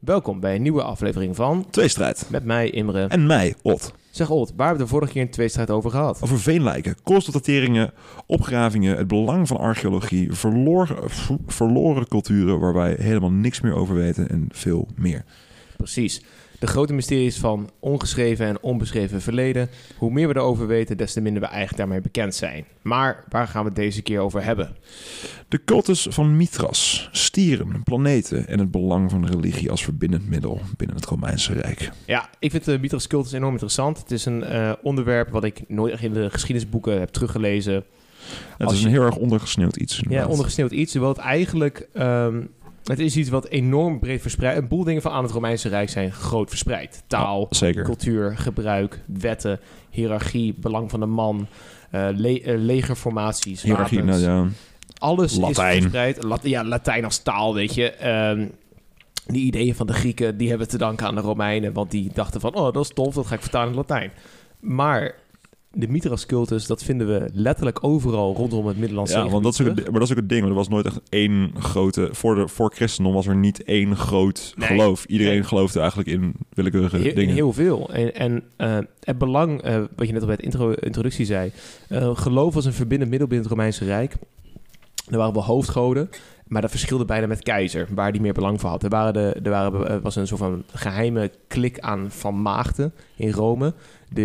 Welkom bij een nieuwe aflevering van Tweestrijd. Met mij, Imre. En mij, Ot. Zeg Ot, waar hebben we de vorige keer een tweestrijd over gehad? Over veenlijken, koolstofdateringen, opgravingen, het belang van archeologie, verloren culturen waar wij helemaal niks meer over weten en veel meer. Precies. De grote mysteries van ongeschreven en onbeschreven verleden. Hoe meer we erover weten, des te minder we eigenlijk daarmee bekend zijn. Maar waar gaan we het deze keer over hebben? De cultus van Mithras, stieren, planeten en het belang van religie als verbindend middel binnen het Romeinse Rijk. Ja, ik vind de Mithras cultus enorm interessant. Het is een onderwerp wat ik nooit echt in de geschiedenisboeken heb teruggelezen. Het is een heel erg ondergesneeuwd iets. Ja, ondergesneeuwd iets. Terwijl het eigenlijk... het is iets wat enorm breed verspreid... Een boel dingen van aan het Romeinse Rijk zijn groot verspreid. Taal, cultuur, gebruik, wetten, hiërarchie, belang van de man, legerformaties, hiërarchie, wapens. ja. Alles Latijn. is verspreid. Latijn als taal, weet je. Die ideeën van de Grieken, die hebben te danken aan de Romeinen. Want die dachten van, oh, dat is tof, dat ga ik vertalen in Latijn. Maar... de Mithras cultus, dat vinden we letterlijk overal rondom het Middellandse Zee. Ja, want dat is ook het ding. Er was nooit echt één grote... Voor christendom was er niet één groot geloof. Iedereen geloofde eigenlijk in willekeurige dingen. Heel veel. En het belang, wat je net al bij het introductie zei... geloof was een verbindend middel binnen het Romeinse Rijk. Er waren wel hoofdgoden... maar dat verschilde bijna met keizer, waar die meer belang voor had. Er was een soort van geheime klik aan van maagden in Rome.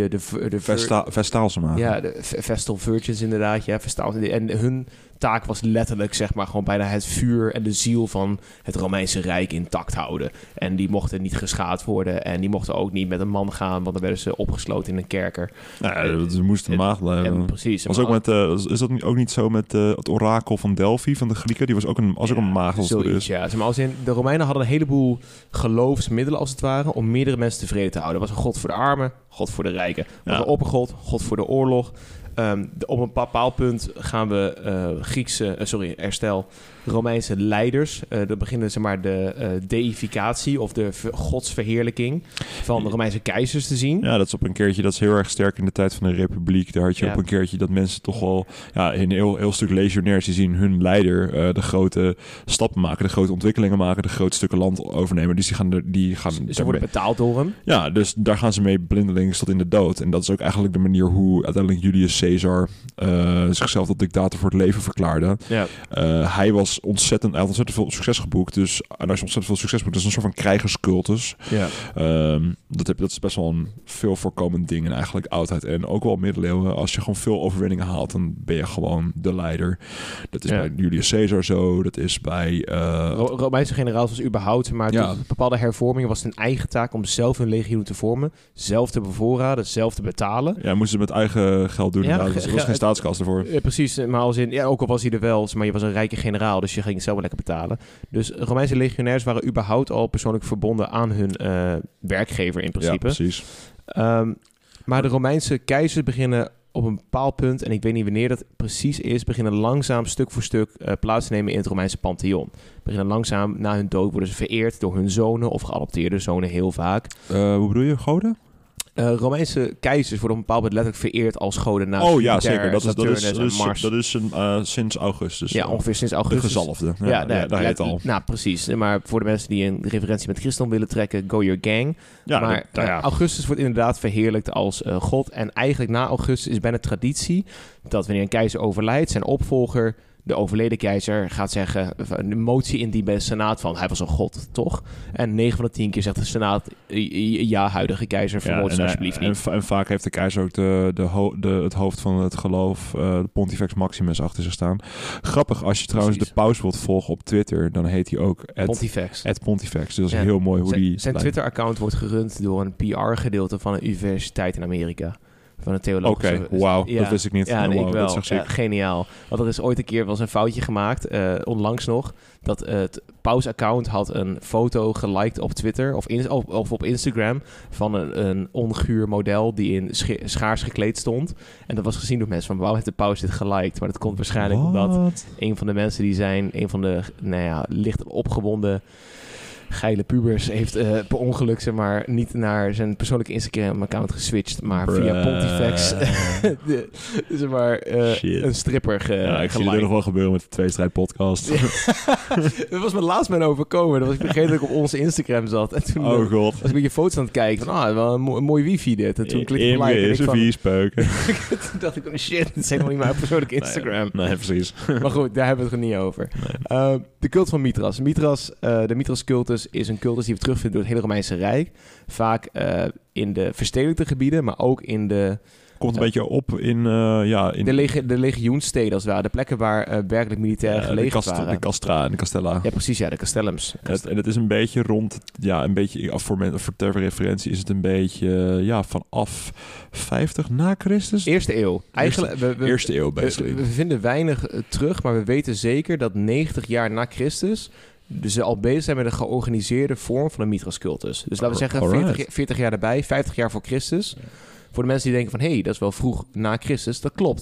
Vestaalse maagden. Ja, de Vestal Virgins inderdaad. Ja, en hun taak was letterlijk, zeg maar, gewoon bijna het vuur en de ziel van het Romeinse Rijk intact houden. En die mochten niet geschaad worden en die mochten ook niet met een man gaan, want dan werden ze opgesloten in een kerker. Nou, ze moesten maagd blijven. Precies. Was ook is dat ook niet zo met het orakel van Delphi van de Grieken? Die was ook een maagd. Zoiets, ja. Maar als in, de Romeinen hadden een heleboel geloofsmiddelen, als het ware, om meerdere mensen tevreden te houden. Er was een god voor de armen, god voor de rijken. Er was een oppergod, god voor de oorlog. Op een bepaald punt gaan we Romeinse leiders. Dan beginnen ze maar de deificatie of de godsverheerlijking van de Romeinse keizers te zien. Ja, dat is op een keertje, dat is heel erg sterk in de tijd van de Republiek. Daar had je op een keertje dat mensen toch wel in een heel stuk legionairs die zien hun leider de grote stappen maken, de grote ontwikkelingen maken, de grote stukken land overnemen. Dus ze worden betaald door hem. Ja, dus daar gaan ze mee blindelings tot in de dood. En dat is ook eigenlijk de manier hoe uiteindelijk Julius Caesar zichzelf tot dictator voor het leven verklaarde. Ja. Hij had ontzettend veel succes geboekt. Dus als je ontzettend veel succes boekt, dat is een soort van krijgerscultus. Ja. Dat is best wel een veel voorkomend ding in eigenlijk oudheid en ook wel middeleeuwen. Als je gewoon veel overwinningen haalt, dan ben je gewoon de leider. Dat is bij Julius Caesar zo. Dat is bij... Romeinse generaals was überhaupt, maar tot bepaalde hervormingen was het een eigen taak om zelf hun legioen te vormen, zelf te bevoorraden, zelf te betalen. Ja, moesten ze met eigen geld doen. Er was geen staatskas ervoor. Precies, maar als in, ook al was hij er wel, maar je was een rijke generaal, dus je ging het zelf wel lekker betalen. Dus Romeinse legionairs waren überhaupt al persoonlijk verbonden aan hun werkgever in principe. Ja, precies. Maar de Romeinse keizers beginnen op een bepaald punt, en ik weet niet wanneer dat precies is, beginnen langzaam stuk voor stuk plaats te nemen in het Romeinse Pantheon. Beginnen langzaam, na hun dood worden ze vereerd door hun zonen of geadopteerde zonen heel vaak. Hoe bedoel je, goden? Romeinse keizers worden op een bepaald moment letterlijk vereerd als goden naast Jupiter, ja, zeker. Dat is sinds Augustus. Ja, ongeveer sinds Augustus. De gezalfde. Daar heet het al. Nou, precies. Maar voor de mensen die een referentie met christendom willen trekken, go your gang. Ja, maar Augustus wordt inderdaad verheerlijkt als god. En eigenlijk na Augustus is bijna traditie dat wanneer een keizer overlijdt, zijn opvolger, de overleden keizer, gaat zeggen, een motie indienen bij de Senaat van, hij was een god, toch? En 9 van de 10 keer zegt de Senaat, ja, huidige keizer, vermoord ze alsjeblieft niet. En vaak heeft de keizer ook het hoofd van het geloof, de Pontifex Maximus, achter zich staan. Grappig, als je trouwens de paus wilt volgen op Twitter, dan heet hij ook Pontifex. Pontifex. Dus dat is heel mooi hoe zijn Twitter-account wordt gerund door een PR-gedeelte van een universiteit in Amerika. Van een theoloog. Oké, wauw, dat wist ik niet. Ja, ik wel. Dat is geniaal. Want er is ooit een keer een foutje gemaakt, onlangs nog, dat het pausaccount had een foto geliked op Twitter of op Instagram van een onguur model die in schaars gekleed stond. En dat was gezien door mensen van, waarom heeft de paus dit geliked? Maar dat komt waarschijnlijk omdat een van de mensen die zijn, een van de licht opgewonden geile pubers heeft per ongeluk zeg maar niet naar zijn persoonlijke Instagram-account geswitcht, maar via Pontifex zeg maar een stripper ik zie het nog wel gebeuren met de Tweestrijd podcast. Dat was me laatst mijn overkomen. Dat was ik vergeten dat ik op onze Instagram zat. En toen was ik een beetje foto's aan het kijken van wel een mooi wifi dit. En toen klikte ik like en ik van... viespeuken. Toen dacht ik, oh shit, dit is helemaal niet mijn persoonlijke Instagram. Nee, precies. Maar goed, daar hebben we het er niet over. Nee. De cult van Mithras. De Mithras-cultus is een cultus die we terugvinden door het hele Romeinse Rijk. Vaak in de verstedelijkte gebieden, maar ook in de... Komt een beetje op in... De legioenssteden als het ware. De plekken waar werkelijk militairen gelegerd waren. De Castra en de Castella. Ja, precies. Ja, de Castellums. En het is een beetje rond... Ja, een beetje... Voor ter referentie is het een beetje... vanaf 50 na Christus. Eerste eeuw. Eigenlijk, eerste eeuw, basically. We vinden weinig terug, maar we weten zeker dat 90 jaar na Christus... Dus ze al bezig zijn met een georganiseerde vorm van een Mithras-cultus. Dus laten we zeggen 40 jaar erbij, 50 jaar voor Christus... Ja. Voor de mensen die denken van... dat is wel vroeg na Christus. Dat klopt.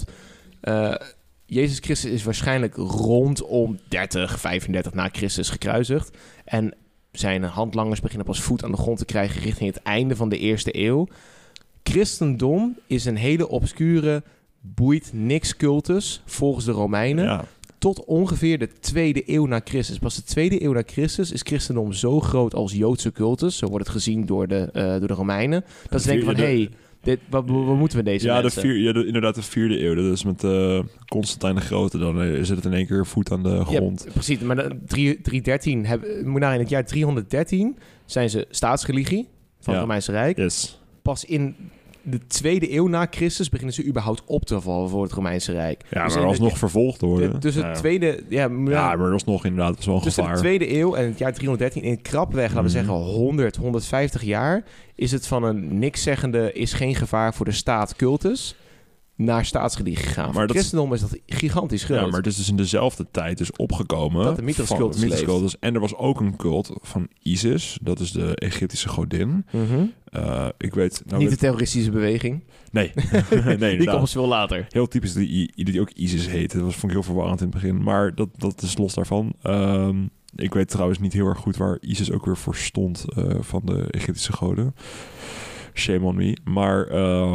Jezus Christus is waarschijnlijk rondom 35 na Christus gekruisigd. En zijn handlangers beginnen pas voet aan de grond te krijgen... richting het einde van de eerste eeuw. Christendom is een hele obscure, boeit niks cultus... volgens de Romeinen... Ja. Tot ongeveer de 2e eeuw na Christus. Pas de 2e eeuw na Christus is christendom zo groot als Joodse cultus. Zo wordt het gezien door de Romeinen. Dat ze denken van... Wat moeten we deze mensen? Inderdaad de 4e eeuw. Dat is met Constantijn de Grote. Dan zit het in één keer voet aan de grond. Ja, precies. Maar 313 in het jaar 313 zijn ze staatsreligie van het Romeinse Rijk. Yes. Pas in de 2e eeuw na Christus beginnen ze überhaupt op te vallen voor het Romeinse Rijk. Ja, dus maar alsnog vervolgd worden. Dus het tweede... maar alsnog inderdaad was wel een gevaar. Tussen de 2e eeuw en het jaar 313 in krapweg, laten we zeggen 150 jaar... is het van een nikszeggende is geen gevaar voor de staat cultus... naar staatsreligie gegaan. Maar christendom is dat gigantisch groot. Ja, maar het is dus in dezelfde tijd dus opgekomen... dat de Mithras-cultus En er was ook een cult van Isis. Dat is de Egyptische godin. Mm-hmm. Ik weet... Niet de terroristische beweging. Nee. Die komt veel later. Heel typisch die ook Isis heette. Dat vond ik heel verwarrend in het begin. Maar dat is los daarvan. Ik weet trouwens niet heel erg goed waar Isis ook weer voor stond... van de Egyptische goden. Shame on me. Maar...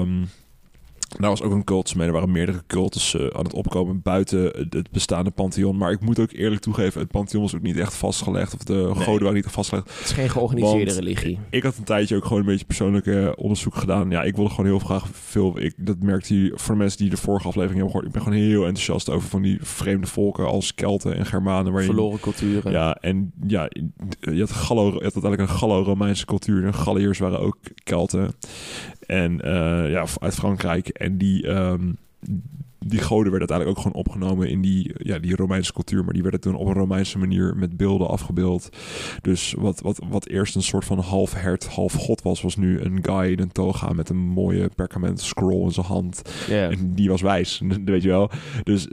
daar was ook een cultus mee. Er waren meerdere cultus aan het opkomen buiten het bestaande pantheon. Maar ik moet ook eerlijk toegeven, het pantheon was ook niet echt vastgelegd. Of de goden waren niet echt vastgelegd. Het is geen georganiseerde religie. Ik had een tijdje ook gewoon een beetje persoonlijk onderzoek gedaan. Ja, ik wilde gewoon heel graag dat merkte je voor de mensen die de vorige aflevering hebben gehoord. Ik ben gewoon heel enthousiast over van die vreemde volken als Kelten en Germanen. Verloren culturen. Ja, en ja, je had uiteindelijk een Gallo-Romeinse cultuur. En Galliërs waren ook Kelten. En uit Frankrijk. En die goden werden uiteindelijk ook gewoon opgenomen in die Romeinse cultuur. Maar die werden toen op een Romeinse manier met beelden afgebeeld. Dus wat eerst een soort van half hert, half god was nu een guy in een toga met een mooie perkament scroll in zijn hand. Yeah. En die was wijs, weet je wel. Dus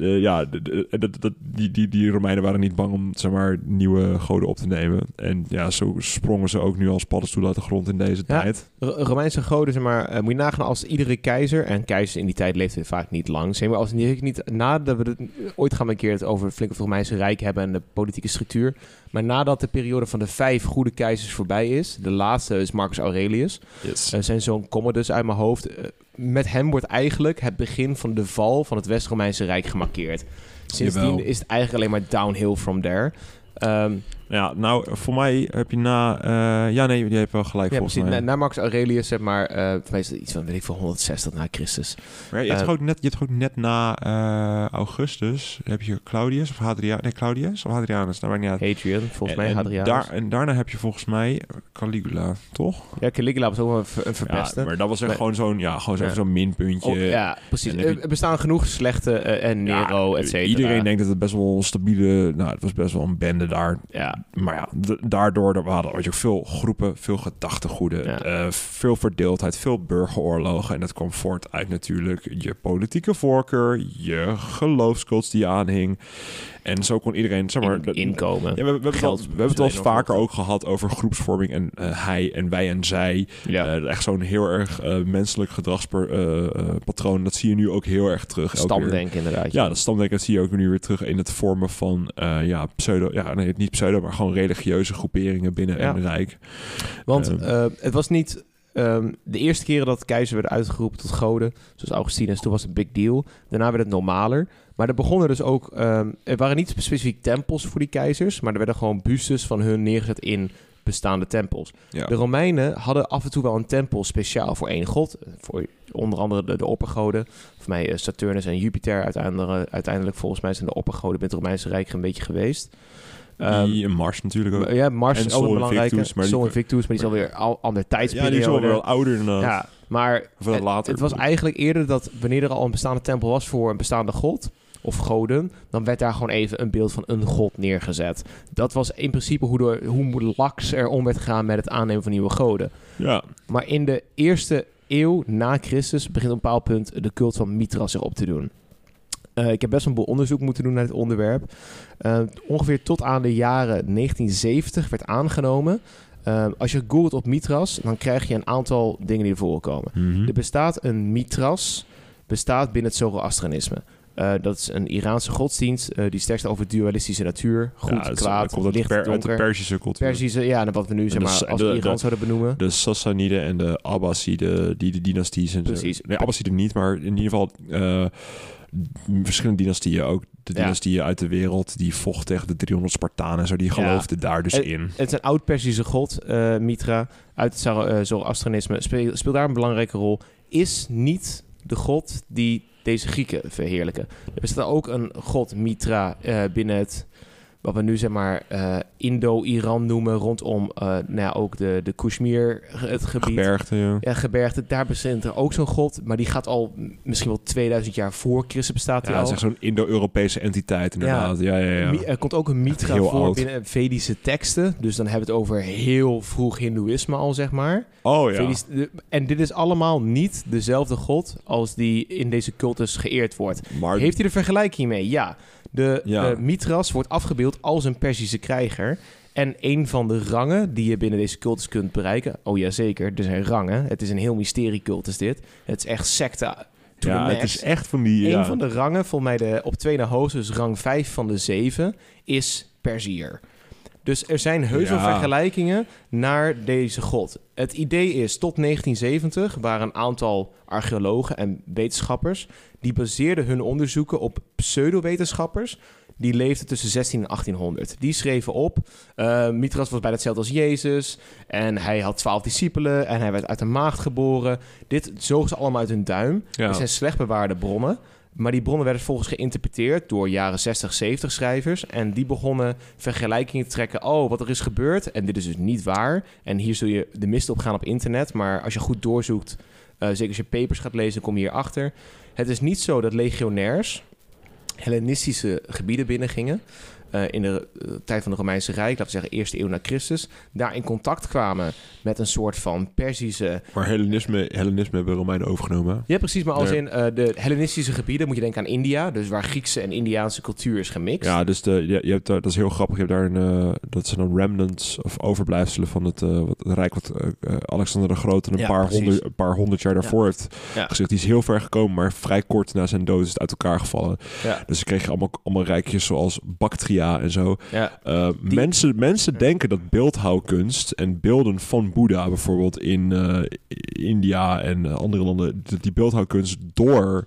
die Romeinen waren niet bang om, zeg maar, nieuwe goden op te nemen. En ja, zo sprongen ze ook nu als paddenstoel uit de grond in deze tijd. Romeinse goden, zeg maar, moet je nagaan als iedere keizer, en keizers in die tijd leefden vaak niet lang, zeg maar, als niet nadat we het ooit gaan we een keer het over flink het Romeinse Rijk hebben en de politieke structuur, maar nadat de periode van de 5 goede keizers voorbij is, de laatste is Marcus Aurelius, zijn zoon Commodus uit mijn hoofd. Met hem wordt eigenlijk het begin van de val van het West-Romeinse Rijk gemarkeerd. Sindsdien is het eigenlijk alleen maar downhill from there. Ja, nou, voor mij heb je je hebt wel gelijk volgens mij. Na Marcus Aurelius, zeg maar, voor mij is het iets van, weet ik veel, 160 na Christus. Maar je hebt ook net na Augustus, heb je Claudius of Hadrianus? Nee, Claudius of Hadrianus, dat maakt niet uit. Hadrian, volgens mij, Hadrianus. En daarna heb je volgens mij Caligula, toch? Ja, Caligula was ook een verpeste. Ja, maar dat was echt gewoon zo'n minpuntje. Ja, precies. Er bestaan genoeg slechte en Nero, et cetera. Iedereen denkt dat het best wel een stabiele, het was best wel een bende daar. Ja. Maar ja, daardoor hadden we ook veel groepen, veel gedachtegoeden, veel verdeeldheid, veel burgeroorlogen. En dat kwam voort uit natuurlijk je politieke voorkeur, je geloofscults die je aanhing. En zo kon iedereen, zeg maar... Inkomen. Ja, we hebben het al vaker ook gehad over groepsvorming en hij en wij en zij. Ja. Echt zo'n heel erg menselijk gedragspatroon. Dat zie je nu ook heel erg terug. Stamdenken inderdaad. Ja, dat stamdenken dat zie je ook nu weer terug in het vormen van niet pseudo, maar gewoon religieuze groeperingen binnen een rijk. Want het was niet... de eerste keren dat keizers werden uitgeroepen tot goden, zoals Augustinus, toen was het een big deal. Daarna werd het normaler. Maar er begonnen dus ook... er waren niet specifiek tempels voor die keizers, maar er werden gewoon bustes van hun neergezet in bestaande tempels. Ja. De Romeinen hadden af en toe wel een tempel speciaal voor één god. Voor onder andere de oppergoden. Voor mij Saturnus en Jupiter. Uiteindelijk volgens mij zijn de oppergoden binnen het Romeinse Rijk een beetje geweest. Mars natuurlijk ook. Ja, Mars is ook een belangrijke. Sol Invictus, maar die is alweer ander tijdsperiode. Ja, die is wel ouder inderdaad. Ja, maar het was eigenlijk eerder dat wanneer er al een bestaande tempel was voor een bestaande god of goden, dan werd daar gewoon even een beeld van een god neergezet. Dat was in principe hoe laks er om werd gegaan met het aannemen van nieuwe goden. Ja. Maar in de eerste eeuw na Christus begint op een bepaald punt de cult van Mithras zich op te doen. Ik heb best een boel onderzoek moeten doen naar dit onderwerp. Ongeveer tot aan de jaren 1970 werd aangenomen. Als je googelt op Mithras, dan krijg je een aantal dingen die ervoor komen. Mm-hmm. Er bestaat een Mithras, binnen het Zoroastrianisme. Dat is een Iraanse godsdienst die sterk over dualistische natuur, goed, kwaad, licht, donker. Uit de Persische cultuur. En wat we nu zeg maar als Iran zouden benoemen. De Sassaniden en de Abbasiden, die de dynastie zijn. Precies. Nee, Abbasiden niet, maar in ieder geval verschillende dynastieën ook. De dynastieën uit de wereld die vochten tegen de 300 Spartanen en zo, die geloofden daar dus in. Het is een oud-Persische god, Mithra, uit het Zoroastrianisme. Speelt daar een belangrijke rol. Is niet de god die deze Grieken verheerlijken. Er bestaat ook een god Mithra binnen het, wat we nu zeg maar Indo-Iran noemen, rondom ook de Kashmir, het gebied. Gebergte, ja. Gebergte. Daar bestaat er ook zo'n god, maar die gaat al misschien wel 2000 jaar voor Christus bestaat. Ja, dat is echt zo'n Indo-Europese entiteit inderdaad. Ja. Er komt ook een Mithra voor oud. Binnen Vedische teksten. Dus dan hebben we het over heel vroeg Hindoeïsme al, zeg maar. Oh ja. En dit is allemaal niet dezelfde god als die in deze cultus geëerd wordt. Maar heeft hij er vergelijking mee? Ja. Mithras wordt afgebeeld als een Perzische krijger. En een van de rangen die je binnen deze cultus kunt bereiken... Oh ja, zeker, er zijn rangen. Het is een heel mysteriecultus dit. Het is echt secte. Het is echt van die... Een van de rangen, volgens mij op 2 na hoogste, dus rang 5 van de 7, is Perziër. Dus er zijn heus wel vergelijkingen naar deze god. Het idee is, tot 1970 waren een aantal archeologen en wetenschappers... die baseerden hun onderzoeken op pseudowetenschappers... die leefden tussen 16 en 1800. Die schreven op, Mithras was bijna hetzelfde als Jezus... en hij had 12 discipelen en hij werd uit een maagd geboren. Dit zogen ze allemaal uit hun duim. Ja. Er zijn slecht bewaarde bronnen... Maar die bronnen werden volgens geïnterpreteerd door jaren 60, 70 schrijvers. En die begonnen vergelijkingen te trekken. Oh, wat er is gebeurd. En dit is dus niet waar. En hier zul je de mist op gaan op internet. Maar als je goed doorzoekt, zeker als je papers gaat lezen, kom je hierachter. Het is niet zo dat legionairs Hellenistische gebieden binnengingen. In de tijd van het Romeinse Rijk, laten we zeggen eerste eeuw na Christus, daar in contact kwamen met een soort van Perzische... Maar Hellenisme hebben Romeinen overgenomen. Ja, precies, maar als in de Hellenistische gebieden moet je denken aan India, dus waar Griekse en Indiaanse cultuur is gemixt. Ja, dus je hebt dat is heel grappig. Je hebt daar dat zijn dan remnants of overblijfselen van het Rijk wat Alexander de Grote een paar honderd jaar daarvoor heeft gezegd. Die is heel ver gekomen, maar vrij kort na zijn dood is het uit elkaar gevallen. Ja. Dus dan kreeg je allemaal rijkjes zoals Bactria en zo. Ja, mensen denken dat beeldhouwkunst en beelden van Boeddha bijvoorbeeld in India en andere landen, die beeldhouwkunst door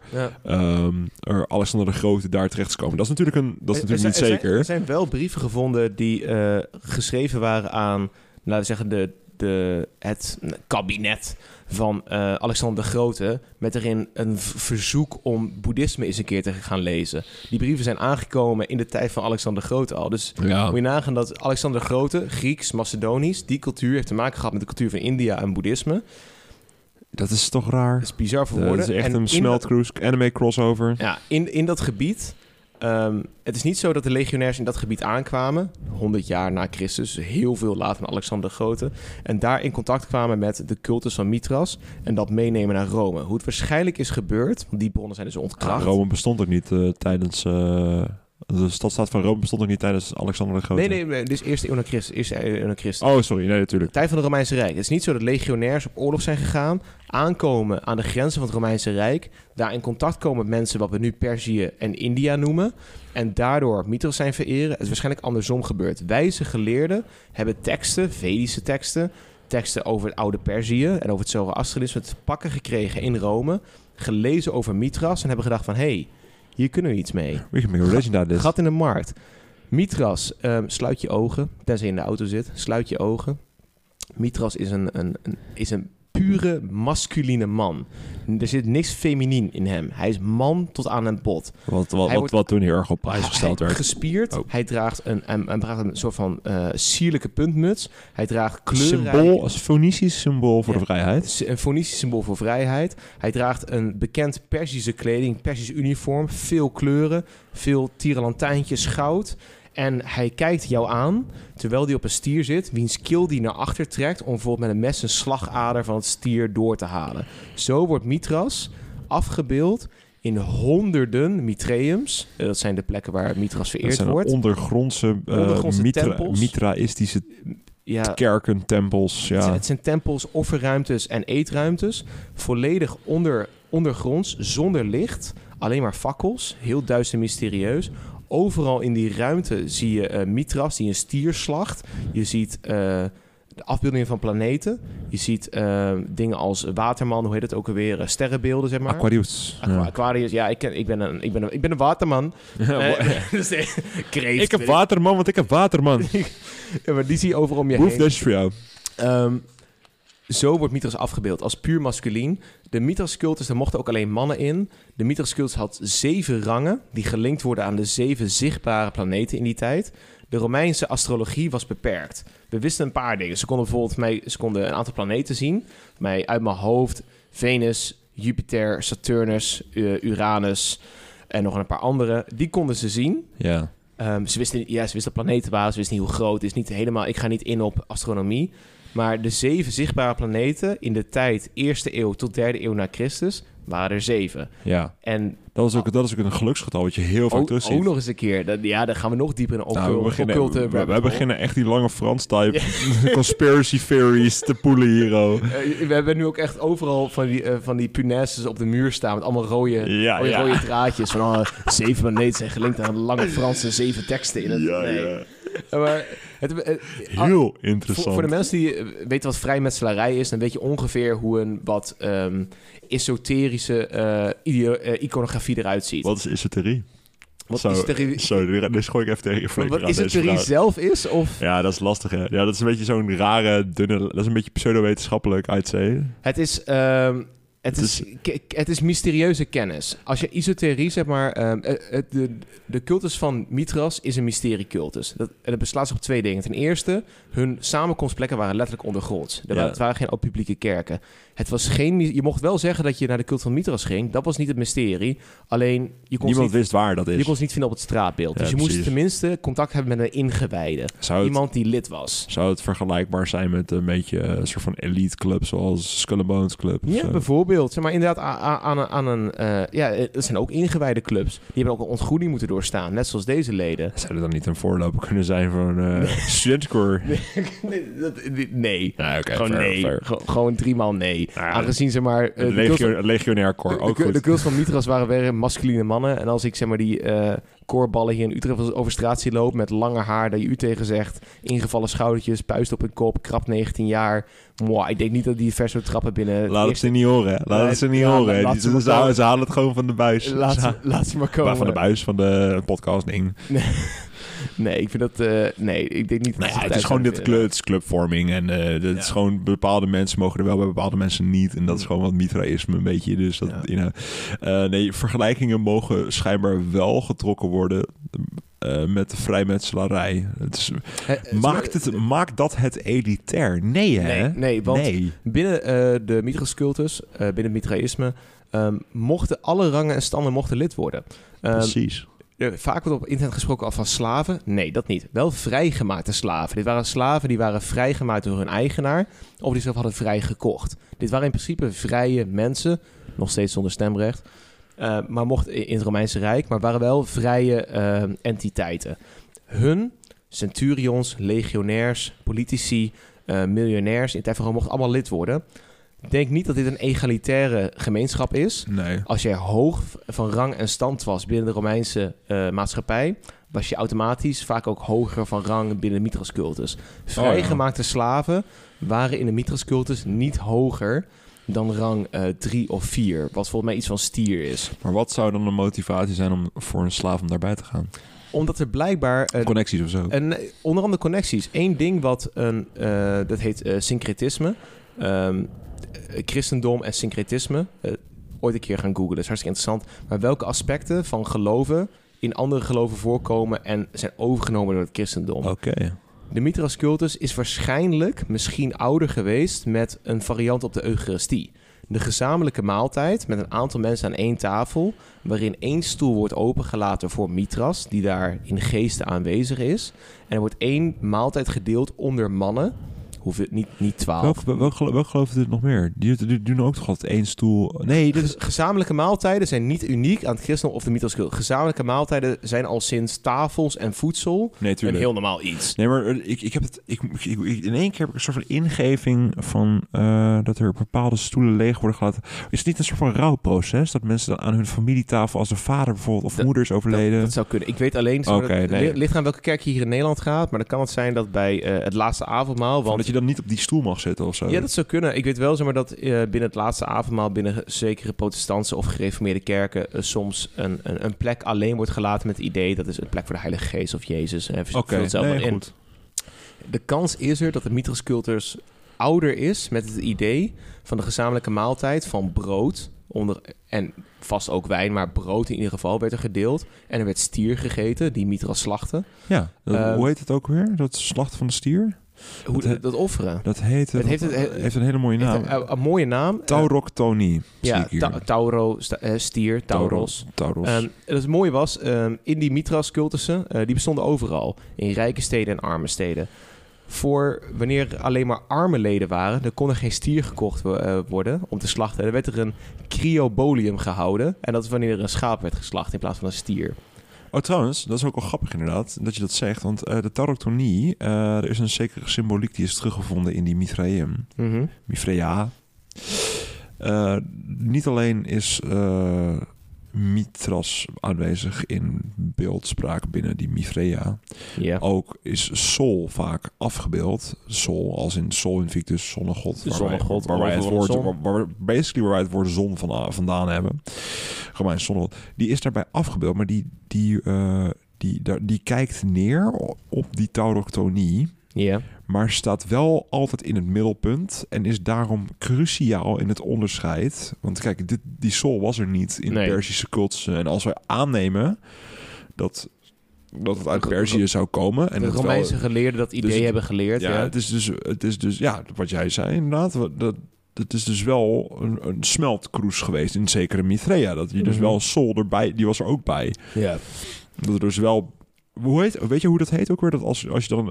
Alexander de Grote daar terecht is komen. Dat is natuurlijk, niet zeker. Er zijn wel brieven gevonden die geschreven waren aan, laten we zeggen, het kabinet van Alexander de Grote, met erin een verzoek om boeddhisme eens een keer te gaan lezen. Die brieven zijn aangekomen in de tijd van Alexander de Grote al. Dus moet je nagaan dat Alexander de Grote, Grieks, Macedonisch, die cultuur heeft te maken gehad met de cultuur van India en boeddhisme. Dat is toch raar? Dat is bizar voor woorden. Dat is echt een smeltcruise, anime crossover. Ja, in dat gebied... het is niet zo dat de legionairs in dat gebied aankwamen, 100 jaar na Christus, heel veel later dan Alexander de Grote, en daar in contact kwamen met de cultus van Mithras en dat meenemen naar Rome. Hoe het waarschijnlijk is gebeurd, want die bronnen zijn dus ontkracht. Rome bestond ook niet tijdens De stadstaat van Rome bestond nog niet tijdens Alexander de Grote. Nee, dit is eerste eeuw na Christus. Oh, sorry. Nee, natuurlijk. Tijd van het Romeinse Rijk. Het is niet zo dat legionairs op oorlog zijn gegaan, aankomen aan de grenzen van het Romeinse Rijk, daar in contact komen met mensen wat we nu Perzië en India noemen, en daardoor Mithras zijn vereren. Het is waarschijnlijk andersom gebeurd. Wijze geleerden hebben teksten, Vedische teksten over het oude Perzië en over het Zoroastrisme te pakken gekregen in Rome, gelezen over Mithras en hebben gedacht van, hey, hier kunnen we iets mee. Gat in de markt. Mithras, sluit je ogen, tenzij je in de auto zit, sluit je ogen. Mithras is een pure masculine man. Er zit niks feminien in hem. Hij is man tot aan een bot. Wat toen heel erg op prijs gesteld werd. Gespierd. Oh. Hij draagt een soort van sierlijke puntmuts. Hij draagt kleurrijke... Als Fonicisch symbool voor de vrijheid. Een Fonicisch symbool voor vrijheid. Hij draagt een bekend Perzische kleding, Persisch uniform. Veel kleuren, veel tierenlantijntjes, goud. En hij kijkt jou aan, terwijl hij op een stier zit, wiens keel die naar achter trekt om bijvoorbeeld met een mes een slagader van het stier door te halen. Zo wordt Mithras afgebeeld in honderden Mitreums. Dat zijn de plekken waar Mithras vereerd wordt. Ondergrondse tempels. Mitraïstische kerken, tempels. Ja. Het zijn tempels, offerruimtes en eetruimtes. Volledig ondergronds, zonder licht. Alleen maar fakkels. Heel duister mysterieus. Overal in die ruimte zie je Mithras die een stier slacht. Je ziet de afbeeldingen van planeten. Je ziet dingen als Waterman, hoe heet het ook alweer? Sterrenbeelden, zeg maar. Aquarius. Aquarius, ja, ik ben een waterman. Ik heb waterman, want ik heb waterman. Ja, maar die zie je overal om je heen. Hoeft voor jou. Zo wordt Mithras afgebeeld als puur masculien. De Mithras-cultus, daar mochten ook alleen mannen in. De Mithras-cultus had 7 rangen die gelinkt worden aan de 7 zichtbare planeten in die tijd. De Romeinse astrologie was beperkt. We wisten een paar dingen. Ze konden bijvoorbeeld een aantal planeten zien. Uit mijn hoofd Venus, Jupiter, Saturnus, Uranus en nog een paar andere. Die konden ze zien. Ja. Ze wisten dat planeten waren, ze wisten niet hoe groot het is. Niet helemaal, ik ga niet in op astronomie. Maar de 7 zichtbare planeten in de tijd 1e eeuw tot 3e eeuw na Christus waren er 7. Ja. En dat is ook een geluksgetal wat je heel vaak terug ziet. Ook nog eens een keer. Dan gaan we nog dieper in occulte. We beginnen echt die lange Frans-type conspiracy theories te poelen hier. We hebben nu ook echt overal van die punaises op de muur staan met allemaal rode draadjes. Van 7 planeten zijn gelinkt aan lange Franse 7 teksten in het... Ja. Maar heel interessant. Voor de mensen die weten wat vrijmetselarij is, dan weet je ongeveer hoe een wat esoterische iconografie eruit ziet. Wat is esoterie? Dus gooi ik even tegen je flikker. Wat esoterie zelf is? Of? Ja, dat is lastig. Hè? Ja, dat is een beetje zo'n rare, dunne... Dat is een beetje pseudo-wetenschappelijk uitzee. Het is mysterieuze kennis. Als je esoterie, zeg maar... de cultus van Mithras is een mysteriecultus. Dat beslaat zich op 2 dingen. Ten eerste, hun samenkomstplekken waren letterlijk ondergronds. Het waren geen publieke kerken. Het was geen... Je mocht wel zeggen dat je naar de cult van Mithras ging. Dat was niet het mysterie. Alleen... Niemand wist waar dat is. Je kon ze niet vinden op het straatbeeld. Dus je moest tenminste contact hebben met een ingewijde. Iemand die lid was. Zou het vergelijkbaar zijn met een beetje een soort van elite club zoals Skull and Bones Club? Ja, bijvoorbeeld. Zeg maar inderdaad aan een... dat zijn ook ingewijde clubs. Die hebben ook een ontgroening moeten doorstaan. Net zoals deze leden. Zou er dan niet een voorloper kunnen zijn van studentenkoor? Nee. Ja, okay, gewoon fair, nee. Fair. Gewoon 3 maal nee. Aangezien zeg maar... legionair koor, ook goed. De cult van Mithras waren weer masculine mannen. En als ik zeg maar die koorballen hier in Utrecht over straat zie lopen met lange haar, dat je u tegen zegt, ingevallen schoudertjes, puist op een kop, krap 19 jaar. Ik denk niet dat die vers zou trappen binnen... Laat het ze niet horen. Ze halen het gewoon van de buis. Laat ze maar komen. Maar van de buis, van de podcast ding. Nee, ik vind dat... ik denk niet... Het is gewoon het is clubvorming. En het is gewoon... Bepaalde mensen mogen er wel bij, bepaalde mensen niet. En dat is gewoon wat Mithraïsme een beetje. Dus dat, vergelijkingen mogen schijnbaar wel getrokken worden met de vrijmetselarij. Maakt dat het elitair? Nee, hè? Nee, want binnen de Mithras-cultus, binnen het Mithraïsme, mochten alle rangen en standen lid worden. Precies. Vaak wordt op internet gesproken al van slaven. Nee, dat niet. Wel vrijgemaakte slaven. Dit waren slaven die waren vrijgemaakt door hun eigenaar of die zelf hadden vrijgekocht. Dit waren in principe vrije mensen, nog steeds zonder stemrecht. maar mocht in het Romeinse Rijk, maar waren wel vrije entiteiten. Hun centurions, legionairs, politici, miljonairs in de tijd van Rome mochten allemaal lid worden. Denk niet dat dit een egalitaire gemeenschap is. Nee. Als jij hoog van rang en stand was binnen de Romeinse maatschappij, was je automatisch vaak ook hoger van rang binnen de Mithras-cultus. Vrijgemaakte slaven waren in de Mithras-cultus niet hoger dan rang 3 of 4, wat volgens mij iets van stier is. Maar wat zou dan de motivatie zijn om voor een slaaf om daarbij te gaan? Omdat er blijkbaar... connecties of zo? Onder andere connecties. Eén ding wat dat heet syncretisme. Christendom en syncretisme. Ooit een keer gaan googlen, dat is hartstikke interessant. Maar welke aspecten van geloven in andere geloven voorkomen en zijn overgenomen door het christendom? Oké. De Mithras-cultus is waarschijnlijk misschien ouder geweest met een variant op de Eucharistie. De gezamenlijke maaltijd met een aantal mensen aan één tafel, waarin één stoel wordt opengelaten voor Mithras, die daar in geesten aanwezig is. En er wordt één maaltijd gedeeld onder mannen. Hoeveel, niet 12. Welk geloof dit nog meer? Die doen ook toch altijd één stoel? Nee, gezamenlijke maaltijden zijn niet uniek aan het christendom of de Mithras-cultus. Gezamenlijke maaltijden zijn al sinds tafels en voedsel een heel normaal iets. Nee, maar ik heb het... in één keer heb ik een soort van ingeving van dat er bepaalde stoelen leeg worden gelaten. Is het niet een soort van rouwproces? Dat mensen dan aan hun familietafel, als een vader bijvoorbeeld of moeder is overleden? Dat zou kunnen. Ik weet alleen... ligt aan welke kerk je hier in Nederland gaat, maar dan kan het zijn dat bij het laatste avondmaal... Want dan niet op die stoel mag zitten of zo. Ja, dat zou kunnen. Ik weet wel dat binnen het laatste avondmaal, binnen zekere protestantse of gereformeerde kerken, soms een plek alleen wordt gelaten met het idee dat is een plek voor de Heilige Geest of Jezus. Oké, goed. De kans is er dat de Mithras-cultus ouder is met het idee van de gezamenlijke maaltijd van brood en vast ook wijn, maar brood in ieder geval werd er gedeeld. En er werd stier gegeten, die Mithras slachtte. Ja, hoe heet het ook weer? Dat slachten van de stier? Dat offeren. Dat heeft een hele mooie naam. Een mooie naam. Tauroctonie. Ja, Tauro, stier, Tauros. Het mooie was, in die Mithras-cultussen, die bestonden overal. In rijke steden en arme steden. Voor wanneer alleen maar arme leden waren, dan kon er geen stier gekocht worden om te slachten. Er werd er een cryobolium gehouden. En dat is wanneer er een schaap werd geslacht in plaats van een stier. Oh, trouwens, dat is ook wel grappig inderdaad, dat je dat zegt. Want de tauroctonie, er is een zekere symboliek die is teruggevonden in die Mithraeum. Mm-hmm. Mithraea. Niet alleen is Mithras aanwezig in beeldspraak binnen die Mithraea. Yeah. Ook is Sol vaak afgebeeld. Sol als in Sol Invictus, zonnegod. Waar wij het woord zon vandaan hebben. Romeinse zonnegod. Die is daarbij afgebeeld, maar die kijkt neer op die tauroctonie. Yeah. Maar staat wel altijd in het middelpunt en is daarom cruciaal in het onderscheid. Want kijk, die Sol was er niet in de Perzische cultus. En als wij aannemen dat het uit Perzië zou komen. En de Romeinse geleerden dat idee hebben geleerd. Ja, ja. Het is dus wat jij zei inderdaad. Het is dus wel een smeltkroes geweest in zekere Mithraea. Dat je dus wel Sol erbij, die was er ook bij. Ja. Dat er dus wel... Weet je hoe dat heet ook weer? Dat als je dan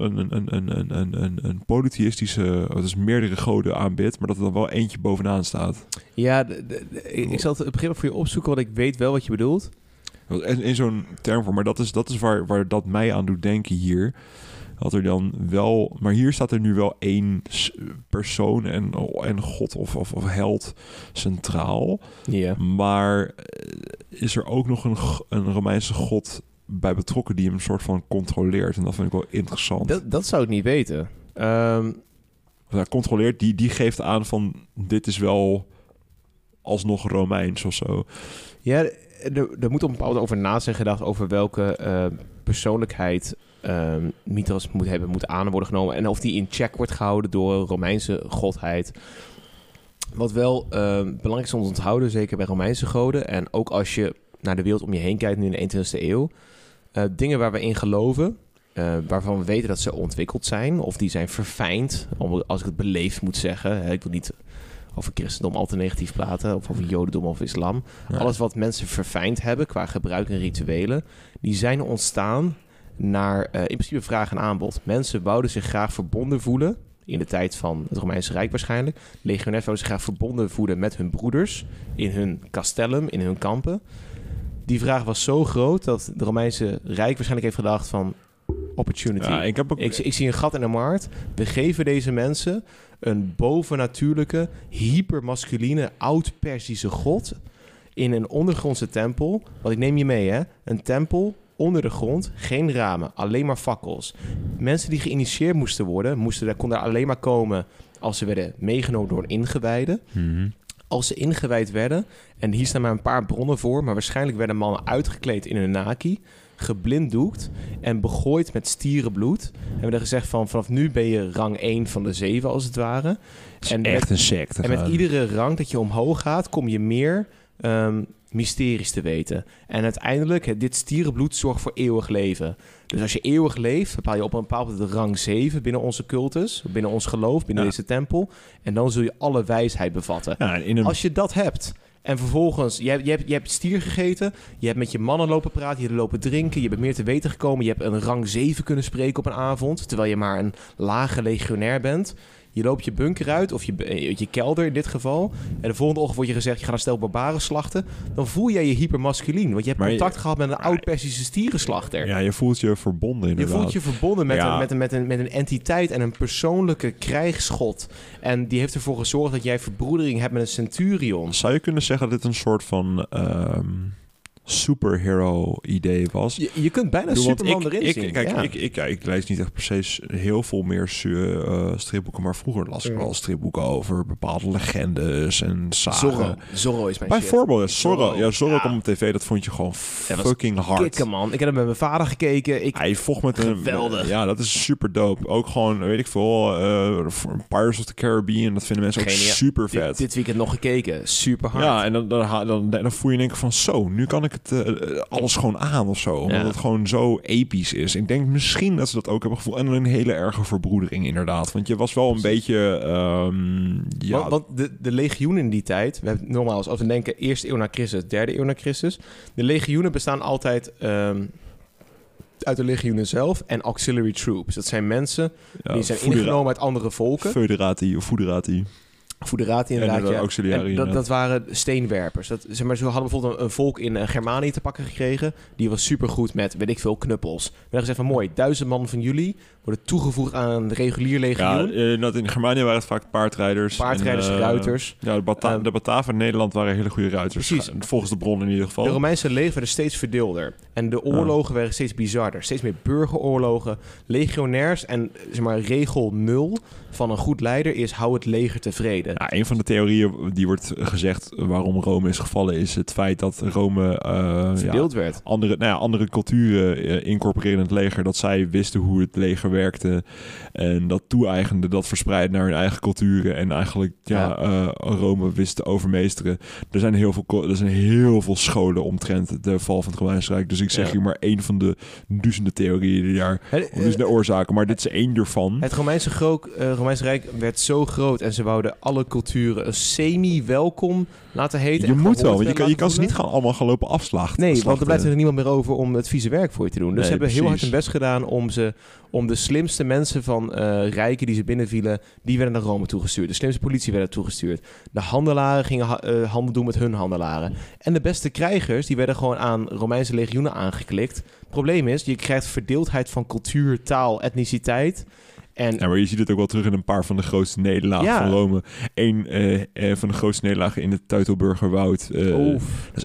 een polytheïstische, dus meerdere goden aanbidt, maar dat er dan wel eentje bovenaan staat. Ja, ik zal het begin voor je opzoeken, want ik weet wel wat je bedoelt. In zo'n term voor, maar dat is waar dat mij aan doet denken hier. Dat er dan wel, maar hier staat er nu wel één persoon en god of held centraal. Ja. Maar is er ook nog een Romeinse god bij betrokken die hem een soort van controleert? En dat vind ik wel interessant. Dat zou ik niet weten. Controleert, die geeft aan van dit is wel alsnog Romeins of zo. Ja, er moet op een bepaald over na zijn gedacht over welke persoonlijkheid Mithras moet aan worden genomen en of die in check wordt gehouden door een Romeinse godheid. Wat wel belangrijk is om te onthouden, zeker bij Romeinse goden en ook als je naar de wereld om je heen kijkt nu in de 21e eeuw. Dingen waar we in geloven, waarvan we weten dat ze ontwikkeld zijn of die zijn verfijnd, als ik het beleefd moet zeggen. Ik wil niet over christendom al te negatief praten of over jodendom of islam. Ja. Alles wat mensen verfijnd hebben qua gebruik en rituelen, die zijn ontstaan naar in principe vraag en aanbod. Mensen wouden zich graag verbonden voelen in de tijd van het Romeinse Rijk waarschijnlijk. Legionairs wilden zich graag verbonden voelen met hun broeders in hun castellum, in hun kampen. Die vraag was zo groot dat het Romeinse Rijk waarschijnlijk heeft gedacht van opportunity. Ja, ik zie een gat in de markt. We geven deze mensen een bovennatuurlijke, hypermasculine, oud-Persische god in een ondergrondse tempel. Want ik neem je mee, hè? Een tempel onder de grond, geen ramen, alleen maar fakkels. Mensen die geïnitieerd moesten worden, konden daar alleen maar komen als ze werden meegenomen door een ingewijde. Mm-hmm. Als ze ingewijd werden, en hier staan maar een paar bronnen voor, maar waarschijnlijk werden mannen uitgekleed in een naki, geblinddoekt en begooid met stierenbloed. En we hebben gezegd van vanaf nu ben je rang 1 van de 7 als het ware. En echt een secte. En met iedere rang dat je omhoog gaat, kom je meer mysteries te weten. En uiteindelijk, dit stierenbloed zorgt voor eeuwig leven. Dus als je eeuwig leeft, bepaal je op een bepaalde rang 7 binnen onze cultus, binnen ons geloof, binnen deze tempel. En dan zul je alle wijsheid bevatten. Ja, als je dat hebt en vervolgens, je hebt stier gegeten, je hebt met je mannen lopen praten, je hebt lopen drinken, je bent meer te weten gekomen, je hebt een rang 7 kunnen spreken op een avond, terwijl je maar een lage legionair bent. Je loopt je bunker uit, of je kelder in dit geval. En de volgende ochtend wordt je gezegd, je gaat een stel barbaren slachten. Dan voel jij je hypermasculien. Want je hebt contact gehad met een oud-Persische stierenslachter. Ja, je voelt je verbonden inderdaad. Je voelt je verbonden met een entiteit en een persoonlijke krijgsgod. En die heeft ervoor gezorgd dat jij verbroedering hebt met een centurion. Zou je kunnen zeggen dat dit een soort van superhero idee was? Je kunt bijna Superman erin zien. Ik lees niet echt precies heel veel meer stripboeken, maar vroeger las ik wel stripboeken over bepaalde legendes en zagen. Zorro is mijn bijvoorbeeld, Zorro kwam op tv, dat vond je gewoon fucking hard. Kicken, man. Ik heb hem met mijn vader gekeken. Hij vocht met geweldig. Ja, dat is super dope. Ook gewoon, weet ik veel, Pirates of the Caribbean, dat vinden mensen ook super vet. Dit weekend nog gekeken. Super hard. Ja, en dan voel je denken van zo, nu kan ik het alles gewoon aan of zo. Omdat het gewoon zo episch is. Ik denk misschien dat ze dat ook hebben gevoeld. En een hele erge verbroedering inderdaad. Want je was wel een beetje Want de legioenen in die tijd, we hebben nogmaals, als we denken eerste eeuw na Christus, derde eeuw na Christus, de legioenen bestaan altijd uit de legioenen zelf en auxiliary troops. Dat zijn mensen die zijn ingenomen uit andere volken. Federati of foederati. Foederati inderdaad, dat waren steenwerpers. Ze hadden bijvoorbeeld een volk in Germanië te pakken gekregen. Die was supergoed met, weet ik veel, knuppels. We hebben gezegd van mooi, 1000 man van jullie worden toegevoegd aan een regulier legioen. Ja, in Germanië waren het vaak paardrijders. Ruiters. Ja, de Bataven in Nederland waren hele goede ruiters. Precies. Volgens de bron in ieder geval. De Romeinse leger werden steeds verdeelder. En de oorlogen werden steeds bizarder. Steeds meer burgeroorlogen. Legionairs en zeg maar regel 0 van een goed leider is hou het leger tevreden. Ja, een van de theorieën die wordt gezegd waarom Rome is gevallen is het feit dat Rome verdeeld werd. Andere culturen incorporeren in het leger, dat zij wisten hoe het leger werkte en dat toe-eigende, dat verspreid naar hun eigen culturen en eigenlijk Rome wist te overmeesteren. Er zijn heel veel scholen omtrent de val van het Romeinse Rijk. Dus ik zeg hier maar één van de duizenden theorieën die daar duizenden oorzaken, maar dit is één ervan. Het Romeinse Rijk werd zo groot en ze wouden alle culturen een semi-welkom laten heten. Je moet wel, want je kan ze niet allemaal gaan lopen afslachten. Nee, want er blijft er niemand meer over om het vieze werk voor je te doen. Dus ze hebben heel hard hun best gedaan om de slimste mensen van rijken die ze binnenvielen, die werden naar Rome toegestuurd. De slimste politie werden toegestuurd. De handelaren gingen handel doen met hun handelaren. En de beste krijgers, die werden gewoon aan Romeinse legioenen aangeklikt. Het probleem is, je krijgt verdeeldheid van cultuur, taal, etniciteit. Maar je ziet het ook wel terug in een paar van de grootste nederlagen van Rome. Eén van de grootste nederlagen in het Teutoburgerwoud. Dat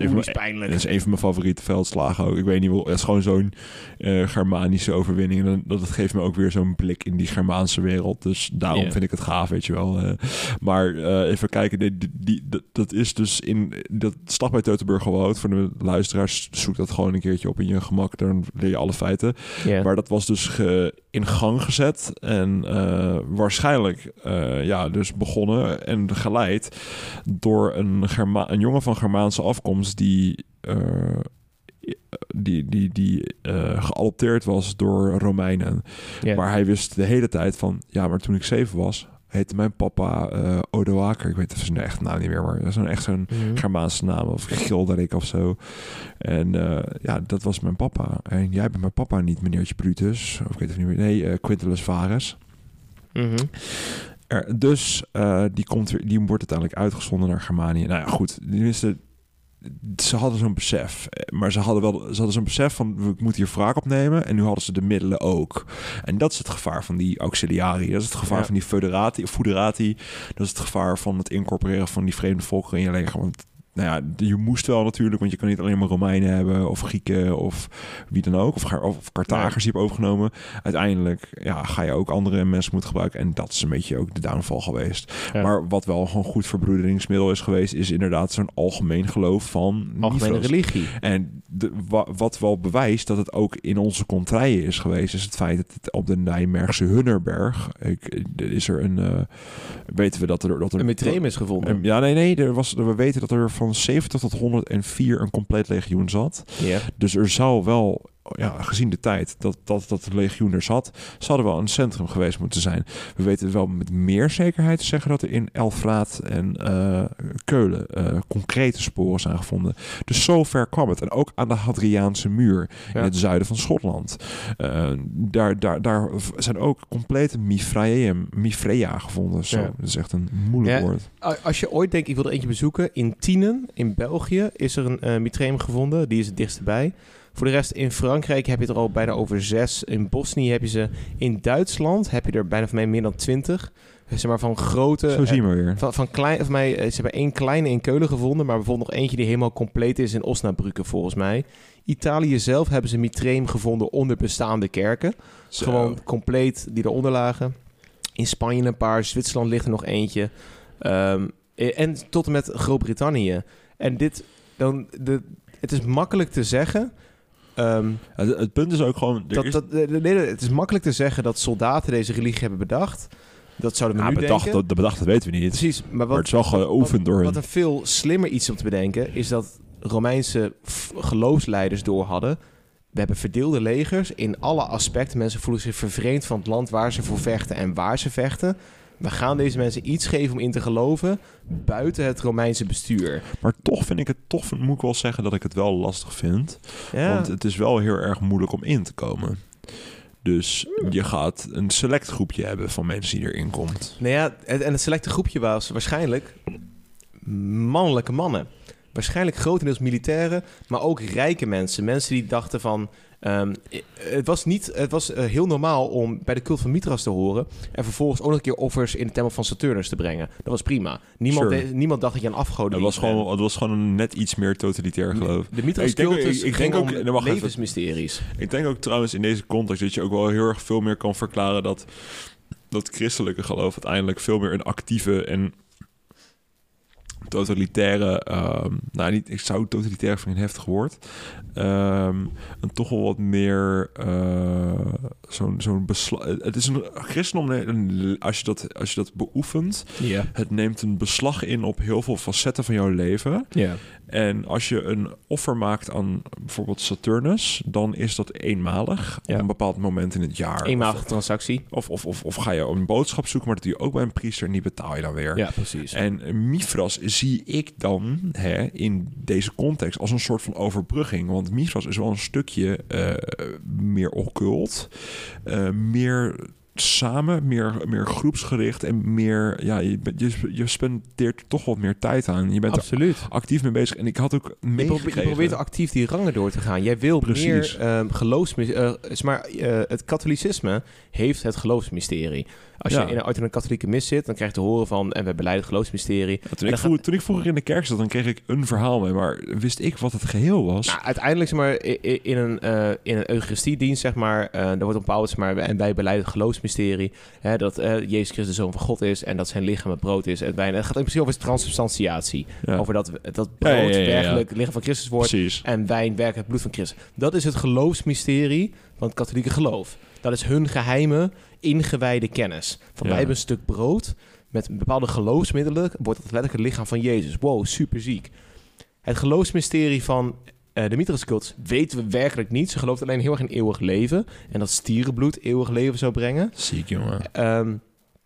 is een van mijn favoriete veldslagen ook. Ik weet niet, het is gewoon zo'n Germanische overwinning. En dat geeft me ook weer zo'n blik in die Germaanse wereld. Dus daarom vind ik het gaaf, weet je wel. Maar even kijken, dat is dus in dat slag bij Teutoburgerwoud. Voor de luisteraars, zoek dat gewoon een keertje op in je gemak. Dan leer je alle feiten. Yeah. Maar dat was dus in gang gezet. En waarschijnlijk dus begonnen en geleid door een jongen van Germaanse afkomst die geadopteerd was door Romeinen. Yeah. Maar hij wist de hele tijd van, maar toen ik 7 was, heette mijn papa Odoaker. Ik weet even zijn echte naam niet meer, maar dat is echt zo'n Germaanse naam. Of Gilderik of zo. En dat was mijn papa. En jij bent mijn papa niet, meneertje Brutus. Of ik weet het niet meer. Nee, Quintulus Varus. Dus die wordt uiteindelijk uitgezonden naar Germanië. Nou ja, goed. Tenminste, ze hadden zo'n besef. Maar ze hadden zo'n besef van, we moeten hier wraak opnemen. En nu hadden ze de middelen ook. En dat is het gevaar van die auxiliarie. Dat is het gevaar van die foederati. Dat is het gevaar van het incorporeren van die vreemde volkeren in je leger. Want nou ja, je moest wel natuurlijk, want je kan niet alleen maar Romeinen hebben of Grieken of wie dan ook. Of Carthagers die je hebt overgenomen. Uiteindelijk ga je ook andere mensen moeten gebruiken. En dat is een beetje ook de downfall geweest. Ja. Maar wat wel gewoon goed verbroederingsmiddel is geweest, is inderdaad zo'n algemeen geloof van algemene religie. En wat wel bewijst dat het ook in onze contraien is geweest, is het feit dat het op de Nijmeegse Hunnerberg is er weten we dat er een Mitreem is gevonden. We weten dat er van 70 tot 104 een compleet legioen zat. Yeah. Dus er zou wel, gezien de tijd dat het legioen er zat, zou er wel een centrum geweest moeten zijn. We weten wel met meer zekerheid te zeggen dat er in Elfraat en Keulen concrete sporen zijn gevonden. Dus zover kwam het. En ook aan de Hadriaanse muur in het zuiden van Schotland. Daar zijn ook complete Mifrea gevonden. Zo, dat is echt een moeilijk woord. Als je ooit denkt, ik wil er eentje bezoeken, in Tienen, in België, is er een Mitreem gevonden. Die is het dichtst bij. Voor de rest in Frankrijk heb je het er al bijna over 6. In Bosnië heb je ze. In Duitsland heb je er bijna van mij meer dan 20. Zeg maar van grote. Zo zien we weer. Van klein, van mij, ze hebben 1 kleine in Keulen gevonden, maar bijvoorbeeld nog eentje die helemaal compleet is in Osnabrück volgens mij. Italië zelf hebben ze Mitreem gevonden onder bestaande kerken. Zo. Gewoon compleet die eronder lagen. In Spanje een paar. Zwitserland ligt er nog eentje. En tot en met Groot-Brittannië. En het is makkelijk te zeggen. Het punt is ook gewoon... Het is makkelijk te zeggen dat soldaten deze religie hebben bedacht. Dat zouden we nu denken. Dat weten we niet. Precies. Maar het is wel geoefend door wat een veel slimmer iets om te bedenken, is dat Romeinse geloofsleiders door hadden. We hebben verdeelde legers in alle aspecten. Mensen voelen zich vervreemd van het land waar ze voor vechten en waar ze vechten. We gaan deze mensen iets geven om in te geloven buiten het Romeinse bestuur. Maar toch moet ik wel zeggen dat ik het wel lastig vind. Ja. Want het is wel heel erg moeilijk om in te komen. Dus je gaat een select groepje hebben van mensen die erin komt. Nou ja, en het selecte groepje was waarschijnlijk mannelijke mannen. Waarschijnlijk grotendeels militairen, maar ook rijke mensen. Mensen die dachten van... Het was heel normaal om bij de cult van Mithras te horen en vervolgens ook nog een keer offers in de tempel van Saturnus te brengen. Dat was prima. Niemand dacht dat je een afgoden was. Het was gewoon een net iets meer totalitair geloof. De Mithras cultus ging om levensmysteries. Ik denk ook trouwens in deze context dat je ook wel heel erg veel meer kan verklaren dat christelijke geloof uiteindelijk veel meer een actieve en totalitaire, ik zou totalitair van een heftig woord, een toch wel wat meer zo'n beslag. Het is een christendom, als je dat beoefent, het neemt een beslag in op heel veel facetten van jouw leven. Yeah. En als je een offer maakt aan bijvoorbeeld Saturnus, dan is dat eenmalig op een bepaald moment in het jaar. Eenmalige transactie. Of ga je een boodschap zoeken, maar dat doe je ook bij een priester en die betaal je dan weer. Ja, precies. En Mithras zie ik dan in deze context als een soort van overbrugging. Want Mithras is wel een stukje meer occult, meer samen, meer groepsgericht en meer, je spendeert toch wat meer tijd aan. Je bent absoluut er actief mee bezig. En ik had ook meegekregen. Je probeert actief die rangen door te gaan. Jij wil meer het katholicisme heeft het geloofsmysterie. Als je uit een katholieke mis zit, dan krijg je te horen van en we beleiden het geloofsmysterie. Ja, toen ik vroeger in de kerk zat, dan kreeg ik een verhaal mee, maar wist ik wat het geheel was? Nou, uiteindelijk in een eucharistiedienst, daar wordt bepaald, en wij beleiden het geloofsmysterie, dat Jezus Christus de Zoon van God is en dat zijn lichaam het brood is en wijn. Het gaat in principe over transsubstantiatie. Ja. Over dat brood werkelijk lichaam van Christus wordt. Precies. En wijn werkelijk het bloed van Christus. Dat is het geloofsmysterie van het katholieke geloof. Dat is hun geheime, ingewijde kennis. Wij hebben een stuk brood met bepaalde geloofsmiddelen, wordt het letterlijk het lichaam van Jezus. Wow, super ziek. Het geloofsmysterie van de Mithras-cult weten we werkelijk niet. Ze gelooft alleen heel erg in eeuwig leven en dat stierenbloed eeuwig leven zou brengen. Ziek, jongen.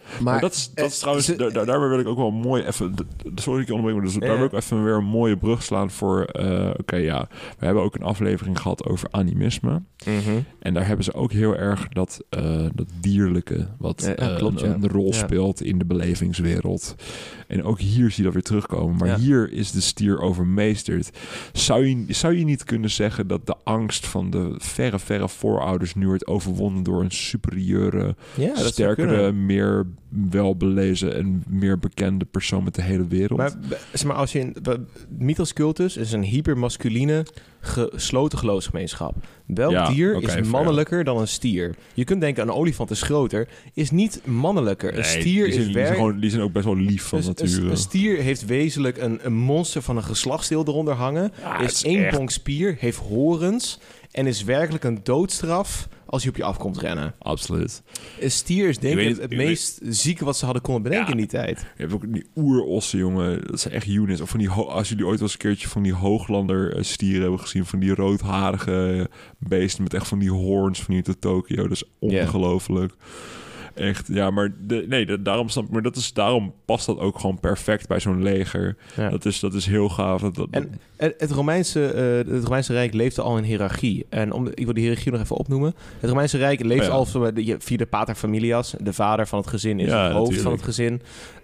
Maar dat is trouwens... Daar wil ik ook wel mooi even... Sorry dat ik je onderbreek, maar daar wil ik even weer een mooie brug slaan voor... we hebben ook een aflevering gehad over animisme. Mm-hmm. En daar hebben ze ook heel erg dat dierlijke... wat een rol speelt in de belevingswereld. En ook hier zie je dat weer terugkomen. Maar hier is de stier overmeesterd. Zou je niet kunnen zeggen dat de angst van de verre voorouders nu wordt overwonnen door een superieure, sterkere, meer welbelezen en meer bekende persoon met de hele wereld? Maar als je Mythos Cultus is een hypermasculine gesloten geloofsgemeenschap. Welk dier is mannelijker dan een stier? Je kunt denken, een olifant is groter, is niet mannelijker. Een stier die zijn ook best wel lief van nature. Een stier heeft wezenlijk een monster van een geslachtsdeel eronder hangen. Is één bonk spier, heeft horens en is werkelijk een doodstraf als hij op je afkomt rennen. Absoluut. Een stier is denk ik het meest zieke wat ze hadden konden bedenken in die tijd. Je hebt ook die oerossen, jongen. Dat zijn echt units. Of van die als jullie ooit wel eens een keertje van die hooglander stieren hebben gezien, van die roodharige beesten met echt van die hoorns van hier tot Tokio. Dat is ongelooflijk. Echt, ja, maar daarom past dat ook gewoon perfect bij zo'n leger. Ja. Dat is heel gaaf. En het Romeinse Rijk leefde al in hiërarchie. En ik wil die hiërarchie nog even opnoemen. Het Romeinse Rijk leefde al via de pater familias. De vader van het gezin is het hoofd van het gezin.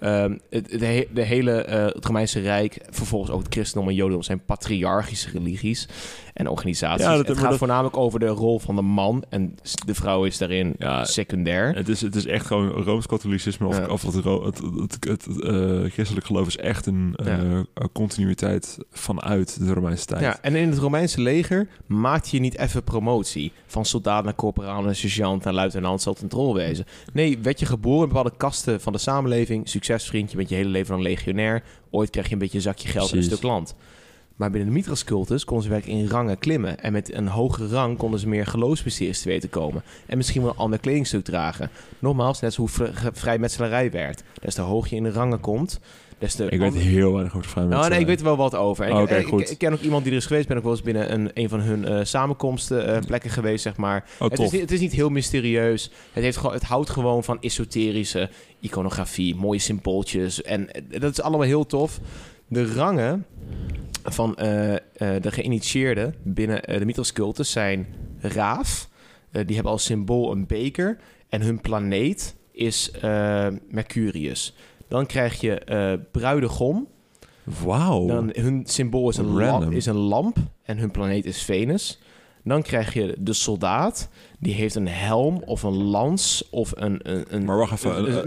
Het Romeinse Rijk, vervolgens ook het christendom en jodendom, zijn patriarchische religies en organisaties. Ja, het gaat voornamelijk over de rol van de man en de vrouw is daarin secundair. Het is echt gewoon Rooms-katholicisme of het christelijk geloof is echt een continuïteit vanuit de Romeinse tijd. Ja, en in het Romeinse leger maakte je niet even promotie van soldaat naar corporaal, naar sergeant, naar luitenant, zal het een wezen. Nee, werd je geboren in bepaalde kasten van de samenleving, succesvriend, je bent je hele leven lang legionair, ooit krijg je een beetje een zakje geld en een stuk land. Maar binnen de Mithras cultus konden ze werkelijk in rangen klimmen. En met een hogere rang konden ze meer geloofsmysteries te weten komen. En misschien wel een ander kledingstuk dragen. Nogmaals, net zoals hoe vrijmetselarij werkt. Des te hoger je in de rangen komt, ik weet heel weinig over vrijmetselarij. Nee, ik weet er wel wat over. Goed. Ik ken ook iemand die er is geweest. Ben ook wel eens binnen een van hun samenkomsten plekken geweest, zeg maar. Het is niet heel mysterieus. Het houdt gewoon van esoterische iconografie, mooie symbooltjes. En dat is allemaal heel tof. De rangen van de geïnitieerden binnen de Mithras cultus zijn Raaf. Die hebben als symbool een beker. En hun planeet is Mercurius. Dan krijg je bruidegom. Wauw. Dan hun symbool is een lamp. En hun planeet is Venus. Dan krijg je de soldaat. Die heeft een helm of een lans of een maar wacht even.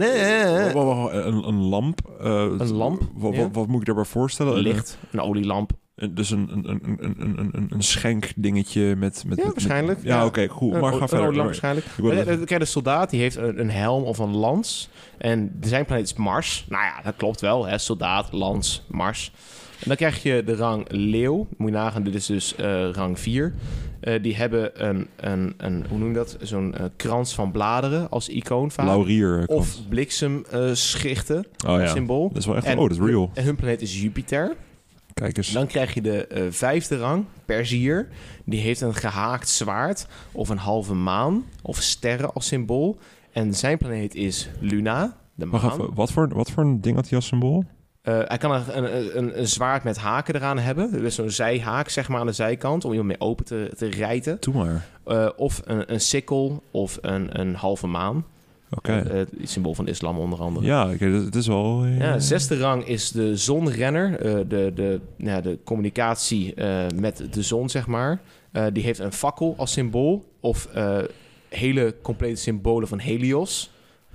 Een lamp. Een lamp. Wat moet ik daarbij voorstellen? Licht. Een olielamp. Dus een schenkdingetje met... Ja, waarschijnlijk. Oké, goed. Maar ga verder. Waarschijnlijk. Dan krijg de soldaat, die heeft een helm of een lans. En zijn planeet is Mars. Nou ja, dat klopt wel. Hè? Soldaat, lans, Mars. En dan krijg je de rang leeuw. Moet je nagaan, dit is dus rang 4. Die hebben een hoe noem je dat? Zo'n krans van bladeren als icoon vaak. Laurier. Of bliksemschichten symbool. Dat is wel echt... dat is real. En hun planeet is Jupiter. Kijk eens. Dan krijg je de 5e rang, Perzier. Die heeft een gehaakt zwaard of een halve maan of sterren als symbool. En zijn planeet is Luna, de maan. Wacht even, wat voor een ding had hij als symbool? Hij kan een zwaard met haken eraan hebben. Dus zo'n zijhaak zeg maar aan de zijkant om iemand mee open te rijten. Doe maar. Of een sikkel of een halve maan. Oké. Het symbool van de islam onder andere. Ja, het is wel... de 6e rang is de zonrenner. De communicatie met de zon, zeg maar. Die heeft een fakkel als symbool. Of hele complete symbolen van Helios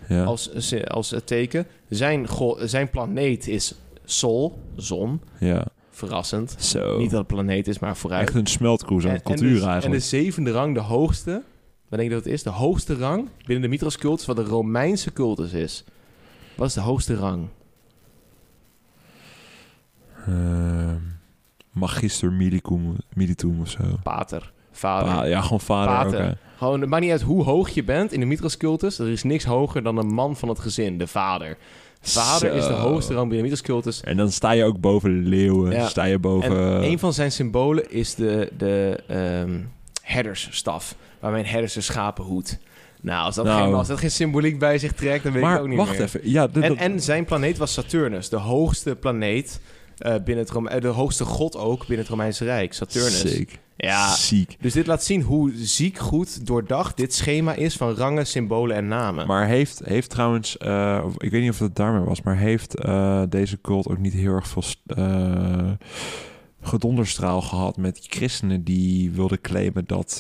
als teken. Zijn planeet is Sol, zon. Ja. Verrassend. Zo. Niet dat het planeet is, maar vooruit. Echt een smeltkroes aan de cultuur eigenlijk. En de 7e rang, de hoogste... Wat denk je dat het is? De hoogste rang binnen de Mithras cultus, wat de Romeinse cultus is. Wat is de hoogste rang? Magister militum of zo. Pater. Vader. Ja, gewoon vader. Pater. Okay. Gewoon, het maakt niet uit hoe hoog je bent in de Mithras cultus. Er is niks hoger dan een man van het gezin, de vader. Vader is de hoogste rang binnen de Mithras cultus. En dan sta je ook boven de leeuwen. Ja. Sta je boven... En een van zijn symbolen is de herdersstaf. Waarmee een herder zijn schapen hoedt. Nou, als dat geen symboliek bij zich trekt, dan weet ik ook niet wacht meer. Even. Ja, en zijn planeet was Saturnus, de hoogste planeet binnen de hoogste god ook binnen het Romeinse Rijk. Saturnus. Ziek. Ja, ziek. Dus dit laat zien hoe ziek goed doordacht dit schema is van rangen, symbolen en namen. Maar heeft trouwens, ik weet niet of het daarmee was, maar heeft deze cult ook niet heel erg veel gedonderstraal gehad met christenen die wilden claimen dat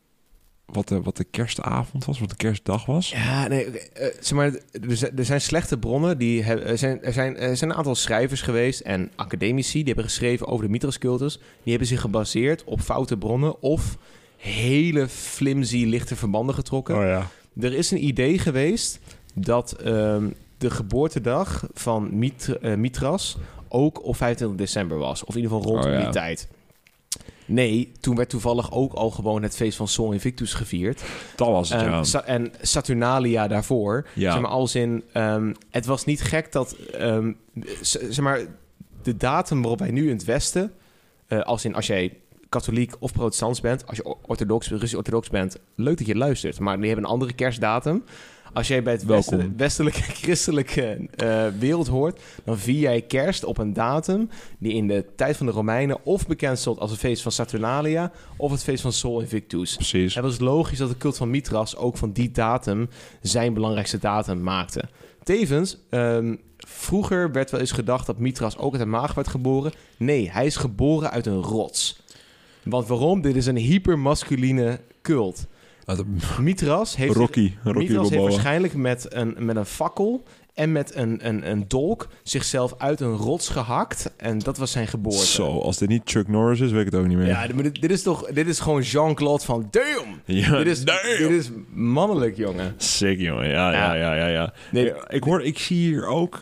wat de kerstavond was, wat de kerstdag was? Ja, nee, zeg maar, er zijn slechte bronnen. Er zijn een aantal schrijvers geweest en academici die hebben geschreven over de Mithras-cultus. Die hebben zich gebaseerd op foute bronnen of hele flimsy lichte verbanden getrokken. Oh ja. Er is een idee geweest dat de geboortedag van Mithras ook op 25 december was. Of in ieder geval rond die tijd. Nee, toen werd toevallig ook al gewoon het feest van Sol Invictus gevierd. Dat was het, en Saturnalia daarvoor. Ja. Zeg maar, als in, het was niet gek dat, zeg maar, de datum waarop wij nu in het Westen, als jij katholiek of protestants bent, als je Russisch-orthodox bent, leuk dat je luistert, maar die hebben een andere kerstdatum. Als jij bij het westelijke christelijke wereld hoort, dan vier jij kerst op een datum die in de tijd van de Romeinen of bekend stond als het feest van Saturnalia of het feest van Sol Invictus. Precies. Het was logisch dat de cult van Mithras ook van die datum zijn belangrijkste datum maakte. Tevens, vroeger werd wel eens gedacht dat Mithras ook uit een maag werd geboren. Nee, hij is geboren uit een rots. Want waarom? Dit is een hypermasculine cult. Mithras heeft waarschijnlijk met een fakkel en met een dolk zichzelf uit een rots gehakt. En dat was zijn geboorte. Zo, als dit niet Chuck Norris is, weet ik het ook niet meer. Ja, maar dit is gewoon Jean-Claude van damn! Ja, dit is mannelijk, jongen. Sick, jongen. Ja. Nee, ik zie hier ook...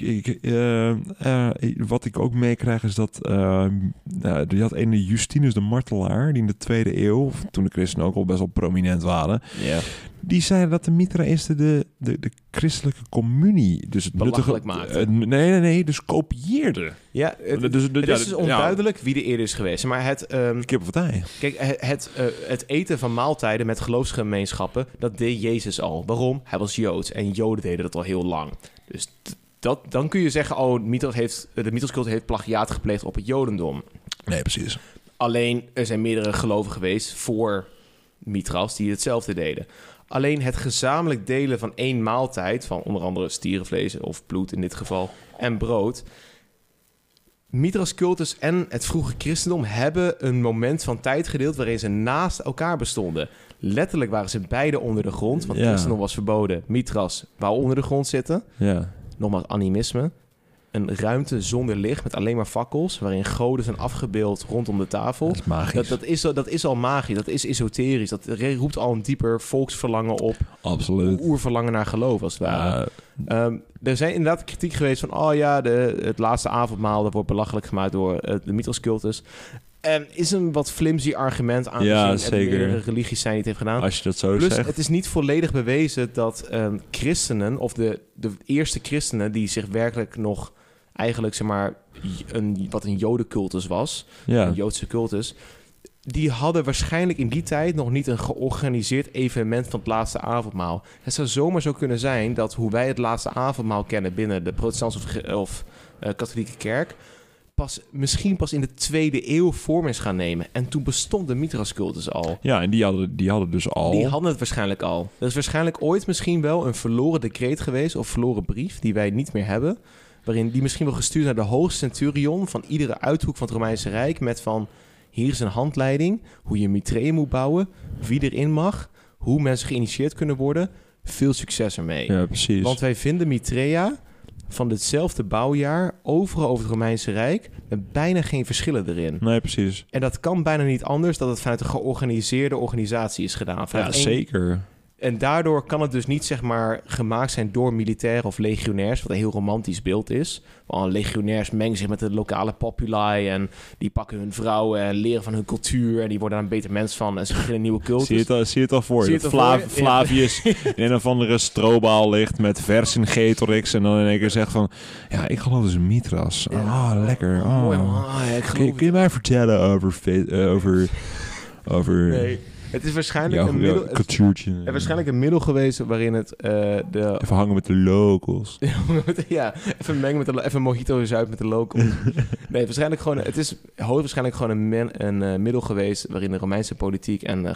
wat ik ook meekrijg is dat... je had een Justinus de Martelaar, die in de 2e eeuw, toen de christenen ook al best wel prominent waren... Ja. Die zeiden dat de Mithraïsten de christelijke communie dus het belachelijk maakte. Nee, dus kopieerde. Ja, het is onduidelijk wie er eerder is geweest. Maar het kip of ei. Kijk, het eten van maaltijden met geloofsgemeenschappen, dat deed Jezus al. Waarom? Hij was Joods en Joden deden dat al heel lang. Dus dan kun je zeggen, de Mithras-cult heeft plagiaat gepleegd op het Jodendom. Nee, precies. Alleen, er zijn meerdere geloven geweest voor Mithras die hetzelfde deden. Alleen het gezamenlijk delen van één maaltijd, van onder andere stierenvlees of bloed in dit geval, en brood. Mithras-cultus en het vroege christendom hebben een moment van tijd gedeeld waarin ze naast elkaar bestonden. Letterlijk waren ze beide onder de grond, want christendom was verboden. Mithras wou onder de grond zitten. Ja. Nogmaals, animisme. Een ruimte zonder licht met alleen maar fakkels, waarin goden zijn afgebeeld rondom de tafel. Dat is magisch. Dat is al magisch, dat is esoterisch. Dat roept al een dieper volksverlangen op. Absoluut. Oerverlangen naar geloof, als het ware. Er zijn inderdaad kritiek geweest van... het laatste avondmaal, dat wordt belachelijk gemaakt door de Mithras-cultus. Is een wat flimsy argument aangezien er meerdere religies zijn die het heeft gedaan. Als je dat zo zegt. Het is niet volledig bewezen dat christenen, of de eerste christenen die zich werkelijk nog eigenlijk, zeg maar, wat een jodencultus was, een Joodse cultus, die hadden waarschijnlijk in die tijd nog niet een georganiseerd evenement van het laatste avondmaal. Het zou zomaar zo kunnen zijn dat hoe wij het laatste avondmaal kennen binnen de protestantse of katholieke kerk, misschien pas in de 2e eeuw vorm is gaan nemen. En toen bestond de Mithras-cultus al. Ja, en die hadden dus al... Die hadden het waarschijnlijk al. Er is waarschijnlijk ooit misschien wel een verloren decreet geweest of verloren brief die wij niet meer hebben, waarin die misschien wel gestuurd naar de hoogste centurion van iedere uithoek van het Romeinse Rijk met van, hier is een handleiding, hoe je Mitreeën moet bouwen, wie erin mag, hoe mensen geïnitieerd kunnen worden. Veel succes ermee. Ja, precies. Want wij vinden Mitrea van hetzelfde bouwjaar overal over het Romeinse Rijk met bijna geen verschillen erin. Nee, precies. En dat kan bijna niet anders dat het vanuit een georganiseerde organisatie is gedaan. Ja, zeker. En daardoor kan het dus niet, zeg maar, gemaakt zijn door militairen of legionairs, wat een heel romantisch beeld is. Want legionairs mengen zich met de lokale populi en die pakken hun vrouwen en leren van hun cultuur en die worden daar een beter mens van en ze beginnen een nieuwe cultus. Zie je het al voor je? Flavius in een of andere strobaal ligt met Vercingetorix en dan in één keer zegt van, ja, ik geloof dus in Mithras. Ja. Oh, lekker. Oh. Mooi man. Kun je mij vertellen over... Nee. Het is waarschijnlijk waarschijnlijk een middel geweest waarin het... Even hangen met de locals. Ja, even mengen met even mojito's uit met de locals. Nee, waarschijnlijk gewoon... Het is hoogstwaarschijnlijk gewoon een middel geweest waarin de Romeinse politiek en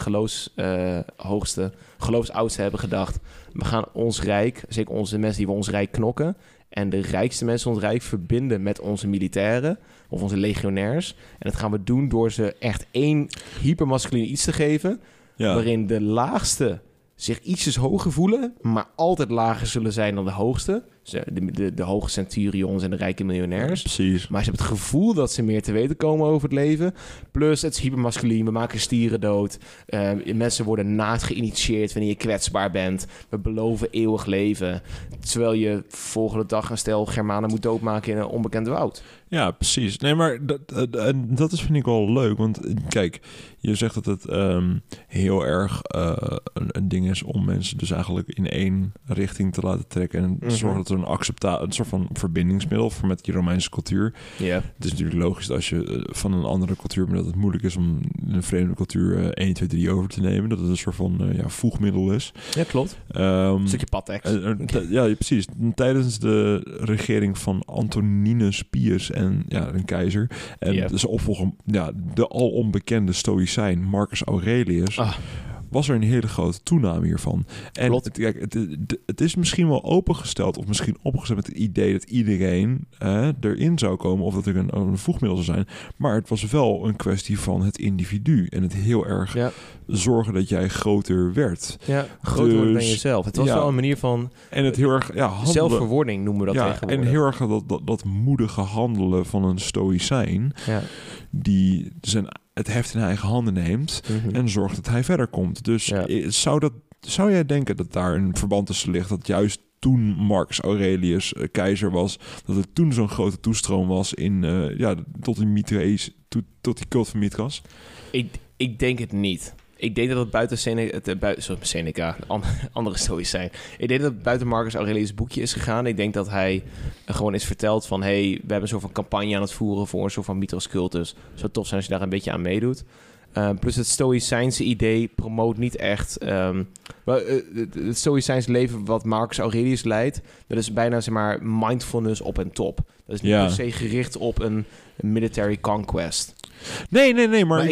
geloofsoudsten hebben gedacht... We gaan ons rijk, zeker onze mensen die we ons rijk knokken... en de rijkste mensen ons rijk verbinden met onze militairen... of onze legionairs. En dat gaan we doen door ze echt één hypermasculine iets te geven... Ja. Waarin de laagste zich ietsjes hoger voelen... maar altijd lager zullen zijn dan de hoogste... De hoge centurions en de rijke miljonairs. Ja, precies. Maar ze hebben het gevoel dat ze meer te weten komen over het leven. Plus, het is hypermasculien. We maken stieren dood. Mensen worden naakt geïnitieerd wanneer je kwetsbaar bent. We beloven eeuwig leven. Terwijl je volgende dag een stel Germanen moet doodmaken in een onbekend woud. Ja, precies. Nee, maar dat is vind ik wel leuk. Want kijk, je zegt dat het heel erg een ding is om mensen dus eigenlijk in één richting te laten trekken. En zorgen dat er een soort van verbindingsmiddel voor met die Romeinse cultuur. Yeah. Het is natuurlijk logisch dat als je van een andere cultuur, maar dat het moeilijk is om een vreemde cultuur 1, 2, 3 over te nemen. Dat het een soort van voegmiddel is. Ja, klopt. Een stukje padtekst. Ja, precies. Tijdens de regering van Antoninus Pius en een keizer. En zijn opvolger, de al onbekende stoïcijn Marcus Aurelius... was er een hele grote toename hiervan. En het is misschien wel opengesteld of misschien opgezet met het idee dat iedereen erin zou komen of dat er een voegmiddel zou zijn. Maar het was wel een kwestie van het individu en het heel erg zorgen dat jij groter werd. Ja, groter worden dan jezelf. Het was wel een manier van... En het heel erg zelfverwording noemen we dat tegenwoordig. En heel erg dat moedige handelen van een stoïcijn die het heft in eigen handen neemt en zorgt dat hij verder komt. Dus zou jij denken dat daar een verband tussen ligt dat juist toen Marcus Aurelius keizer was, dat er toen zo'n grote toestroom was tot die cult van Mithras? Ik denk het niet. Ik denk dat het buiten Seneca, andere stoïcijn. Ik denk dat het buiten Marcus Aurelius' boekje is gegaan. Ik denk dat hij gewoon is verteld van... we hebben een soort van campagne aan het voeren voor een soort van Mithras cultus. Het zou tof zijn als je daar een beetje aan meedoet. Plus het stoïcijnse idee promoot niet echt... het stoïcijns leven wat Marcus Aurelius leidt... dat is bijna, mindfulness op en top. Dat is niet per se gericht op een military conquest. Nee, maar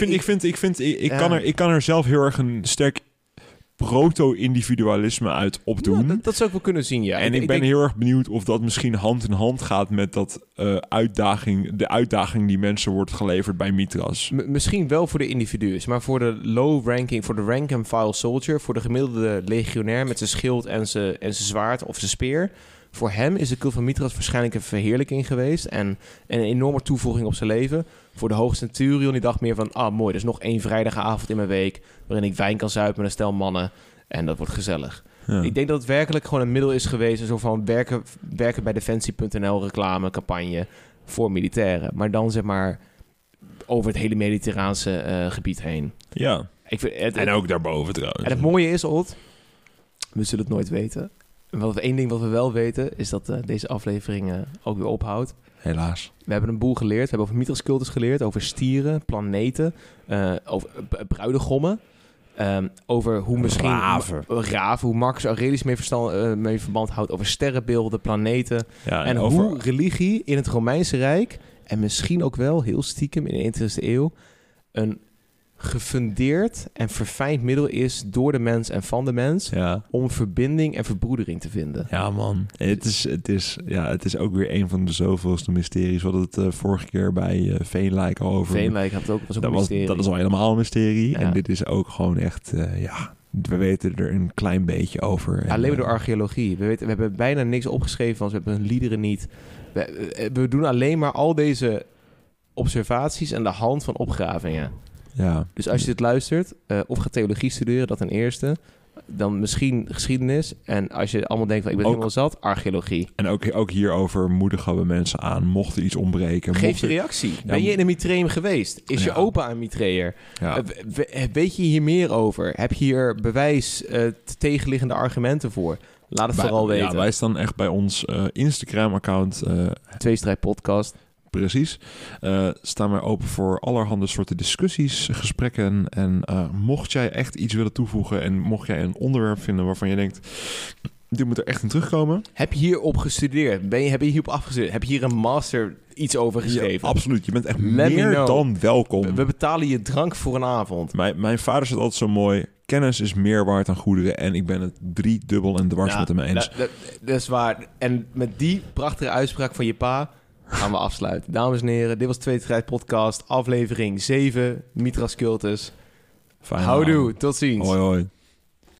ik kan er zelf heel erg een sterk proto-individualisme uit opdoen. Ja, dat zou ik wel kunnen zien, ja. En ik ben heel erg benieuwd of dat misschien hand in hand gaat met dat de uitdaging die mensen wordt geleverd bij Mithras. Misschien wel voor de individuen, maar voor de low-ranking, voor de rank-and-file soldier, voor de gemiddelde legionair met zijn schild en zijn zwaard of zijn speer... Voor hem is de cult van Mithras waarschijnlijk een verheerlijking geweest... en een enorme toevoeging op zijn leven. Voor de hoogste centurion die dacht meer van... mooi, er is nog 1 vrijdagavond in mijn week... waarin ik wijn kan zuipen met een stel mannen... en dat wordt gezellig. Ja. Ik denk dat het werkelijk gewoon een middel is geweest... een soort van werken bij Defensie.nl reclamecampagne... voor militairen. Maar dan over het hele Mediterraanse gebied heen. Ja, en ook daarboven trouwens. En het mooie is, Old... we zullen het nooit weten... Eén ding wat we wel weten, is dat deze aflevering ook weer ophoudt. Helaas. We hebben een boel geleerd. We hebben over Mithras cultus geleerd, over stieren, planeten, over bruidegommen. Over hoe misschien... Raven, hoe Marcus Aurelius mee verband houdt. Over sterrenbeelden, planeten. Ja, en hoe religie in het Romeinse Rijk... en misschien ook wel, heel stiekem in de 21e eeuw... een gefundeerd en verfijnd middel is door de mens en van de mens... om verbinding en verbroedering te vinden. Ja, man. Het is ook weer een van de zoveelste mysteries. We hadden het vorige keer bij Veenlijk al over. Veenlijk had het ook, was ook een mysterie. Dat is al helemaal een mysterie. Ja. En dit is ook gewoon echt... we weten er een klein beetje over. Alleen door archeologie. We hebben bijna niks opgeschreven, want we hebben hun liederen niet. We doen alleen maar al deze observaties aan de hand van opgravingen. Ja. Dus als je dit luistert, of gaat theologie studeren, dat ten eerste. Dan misschien geschiedenis. En als je allemaal denkt van ik ben helemaal zat, archeologie. En ook hierover moedigen we mensen aan. Mocht er iets ontbreken. Geef je reactie. Ben je in een Mitreum geweest? Is je opa een Mitreër? Ja. Weet je hier meer over? Heb je hier bewijs, tegenliggende argumenten voor? Laat het vooral weten. Ja, wij staan echt bij ons Instagram-account. 2-strijd podcast. Precies. Staan wij open voor allerhande soorten discussies, gesprekken. En mocht jij echt iets willen toevoegen en mocht jij een onderwerp vinden waarvan je denkt, dit moet er echt in terugkomen. Heb je hierop gestudeerd? Heb je hierop afgestudeerd? Heb je hier een master iets over geschreven? Ja, absoluut. Je bent echt meer dan welkom. We betalen je drank voor een avond. Mijn vader zegt altijd zo mooi, kennis is meer waard dan goederen. En ik ben het 3-dubbel en dwars met hem eens. Dat is waar. En met die prachtige uitspraak van je pa gaan we afsluiten. Dames en heren, dit was Tweede Strijd Podcast, aflevering 7, Mitras Cultus. Houdoe, tot ziens. Hoi hoi.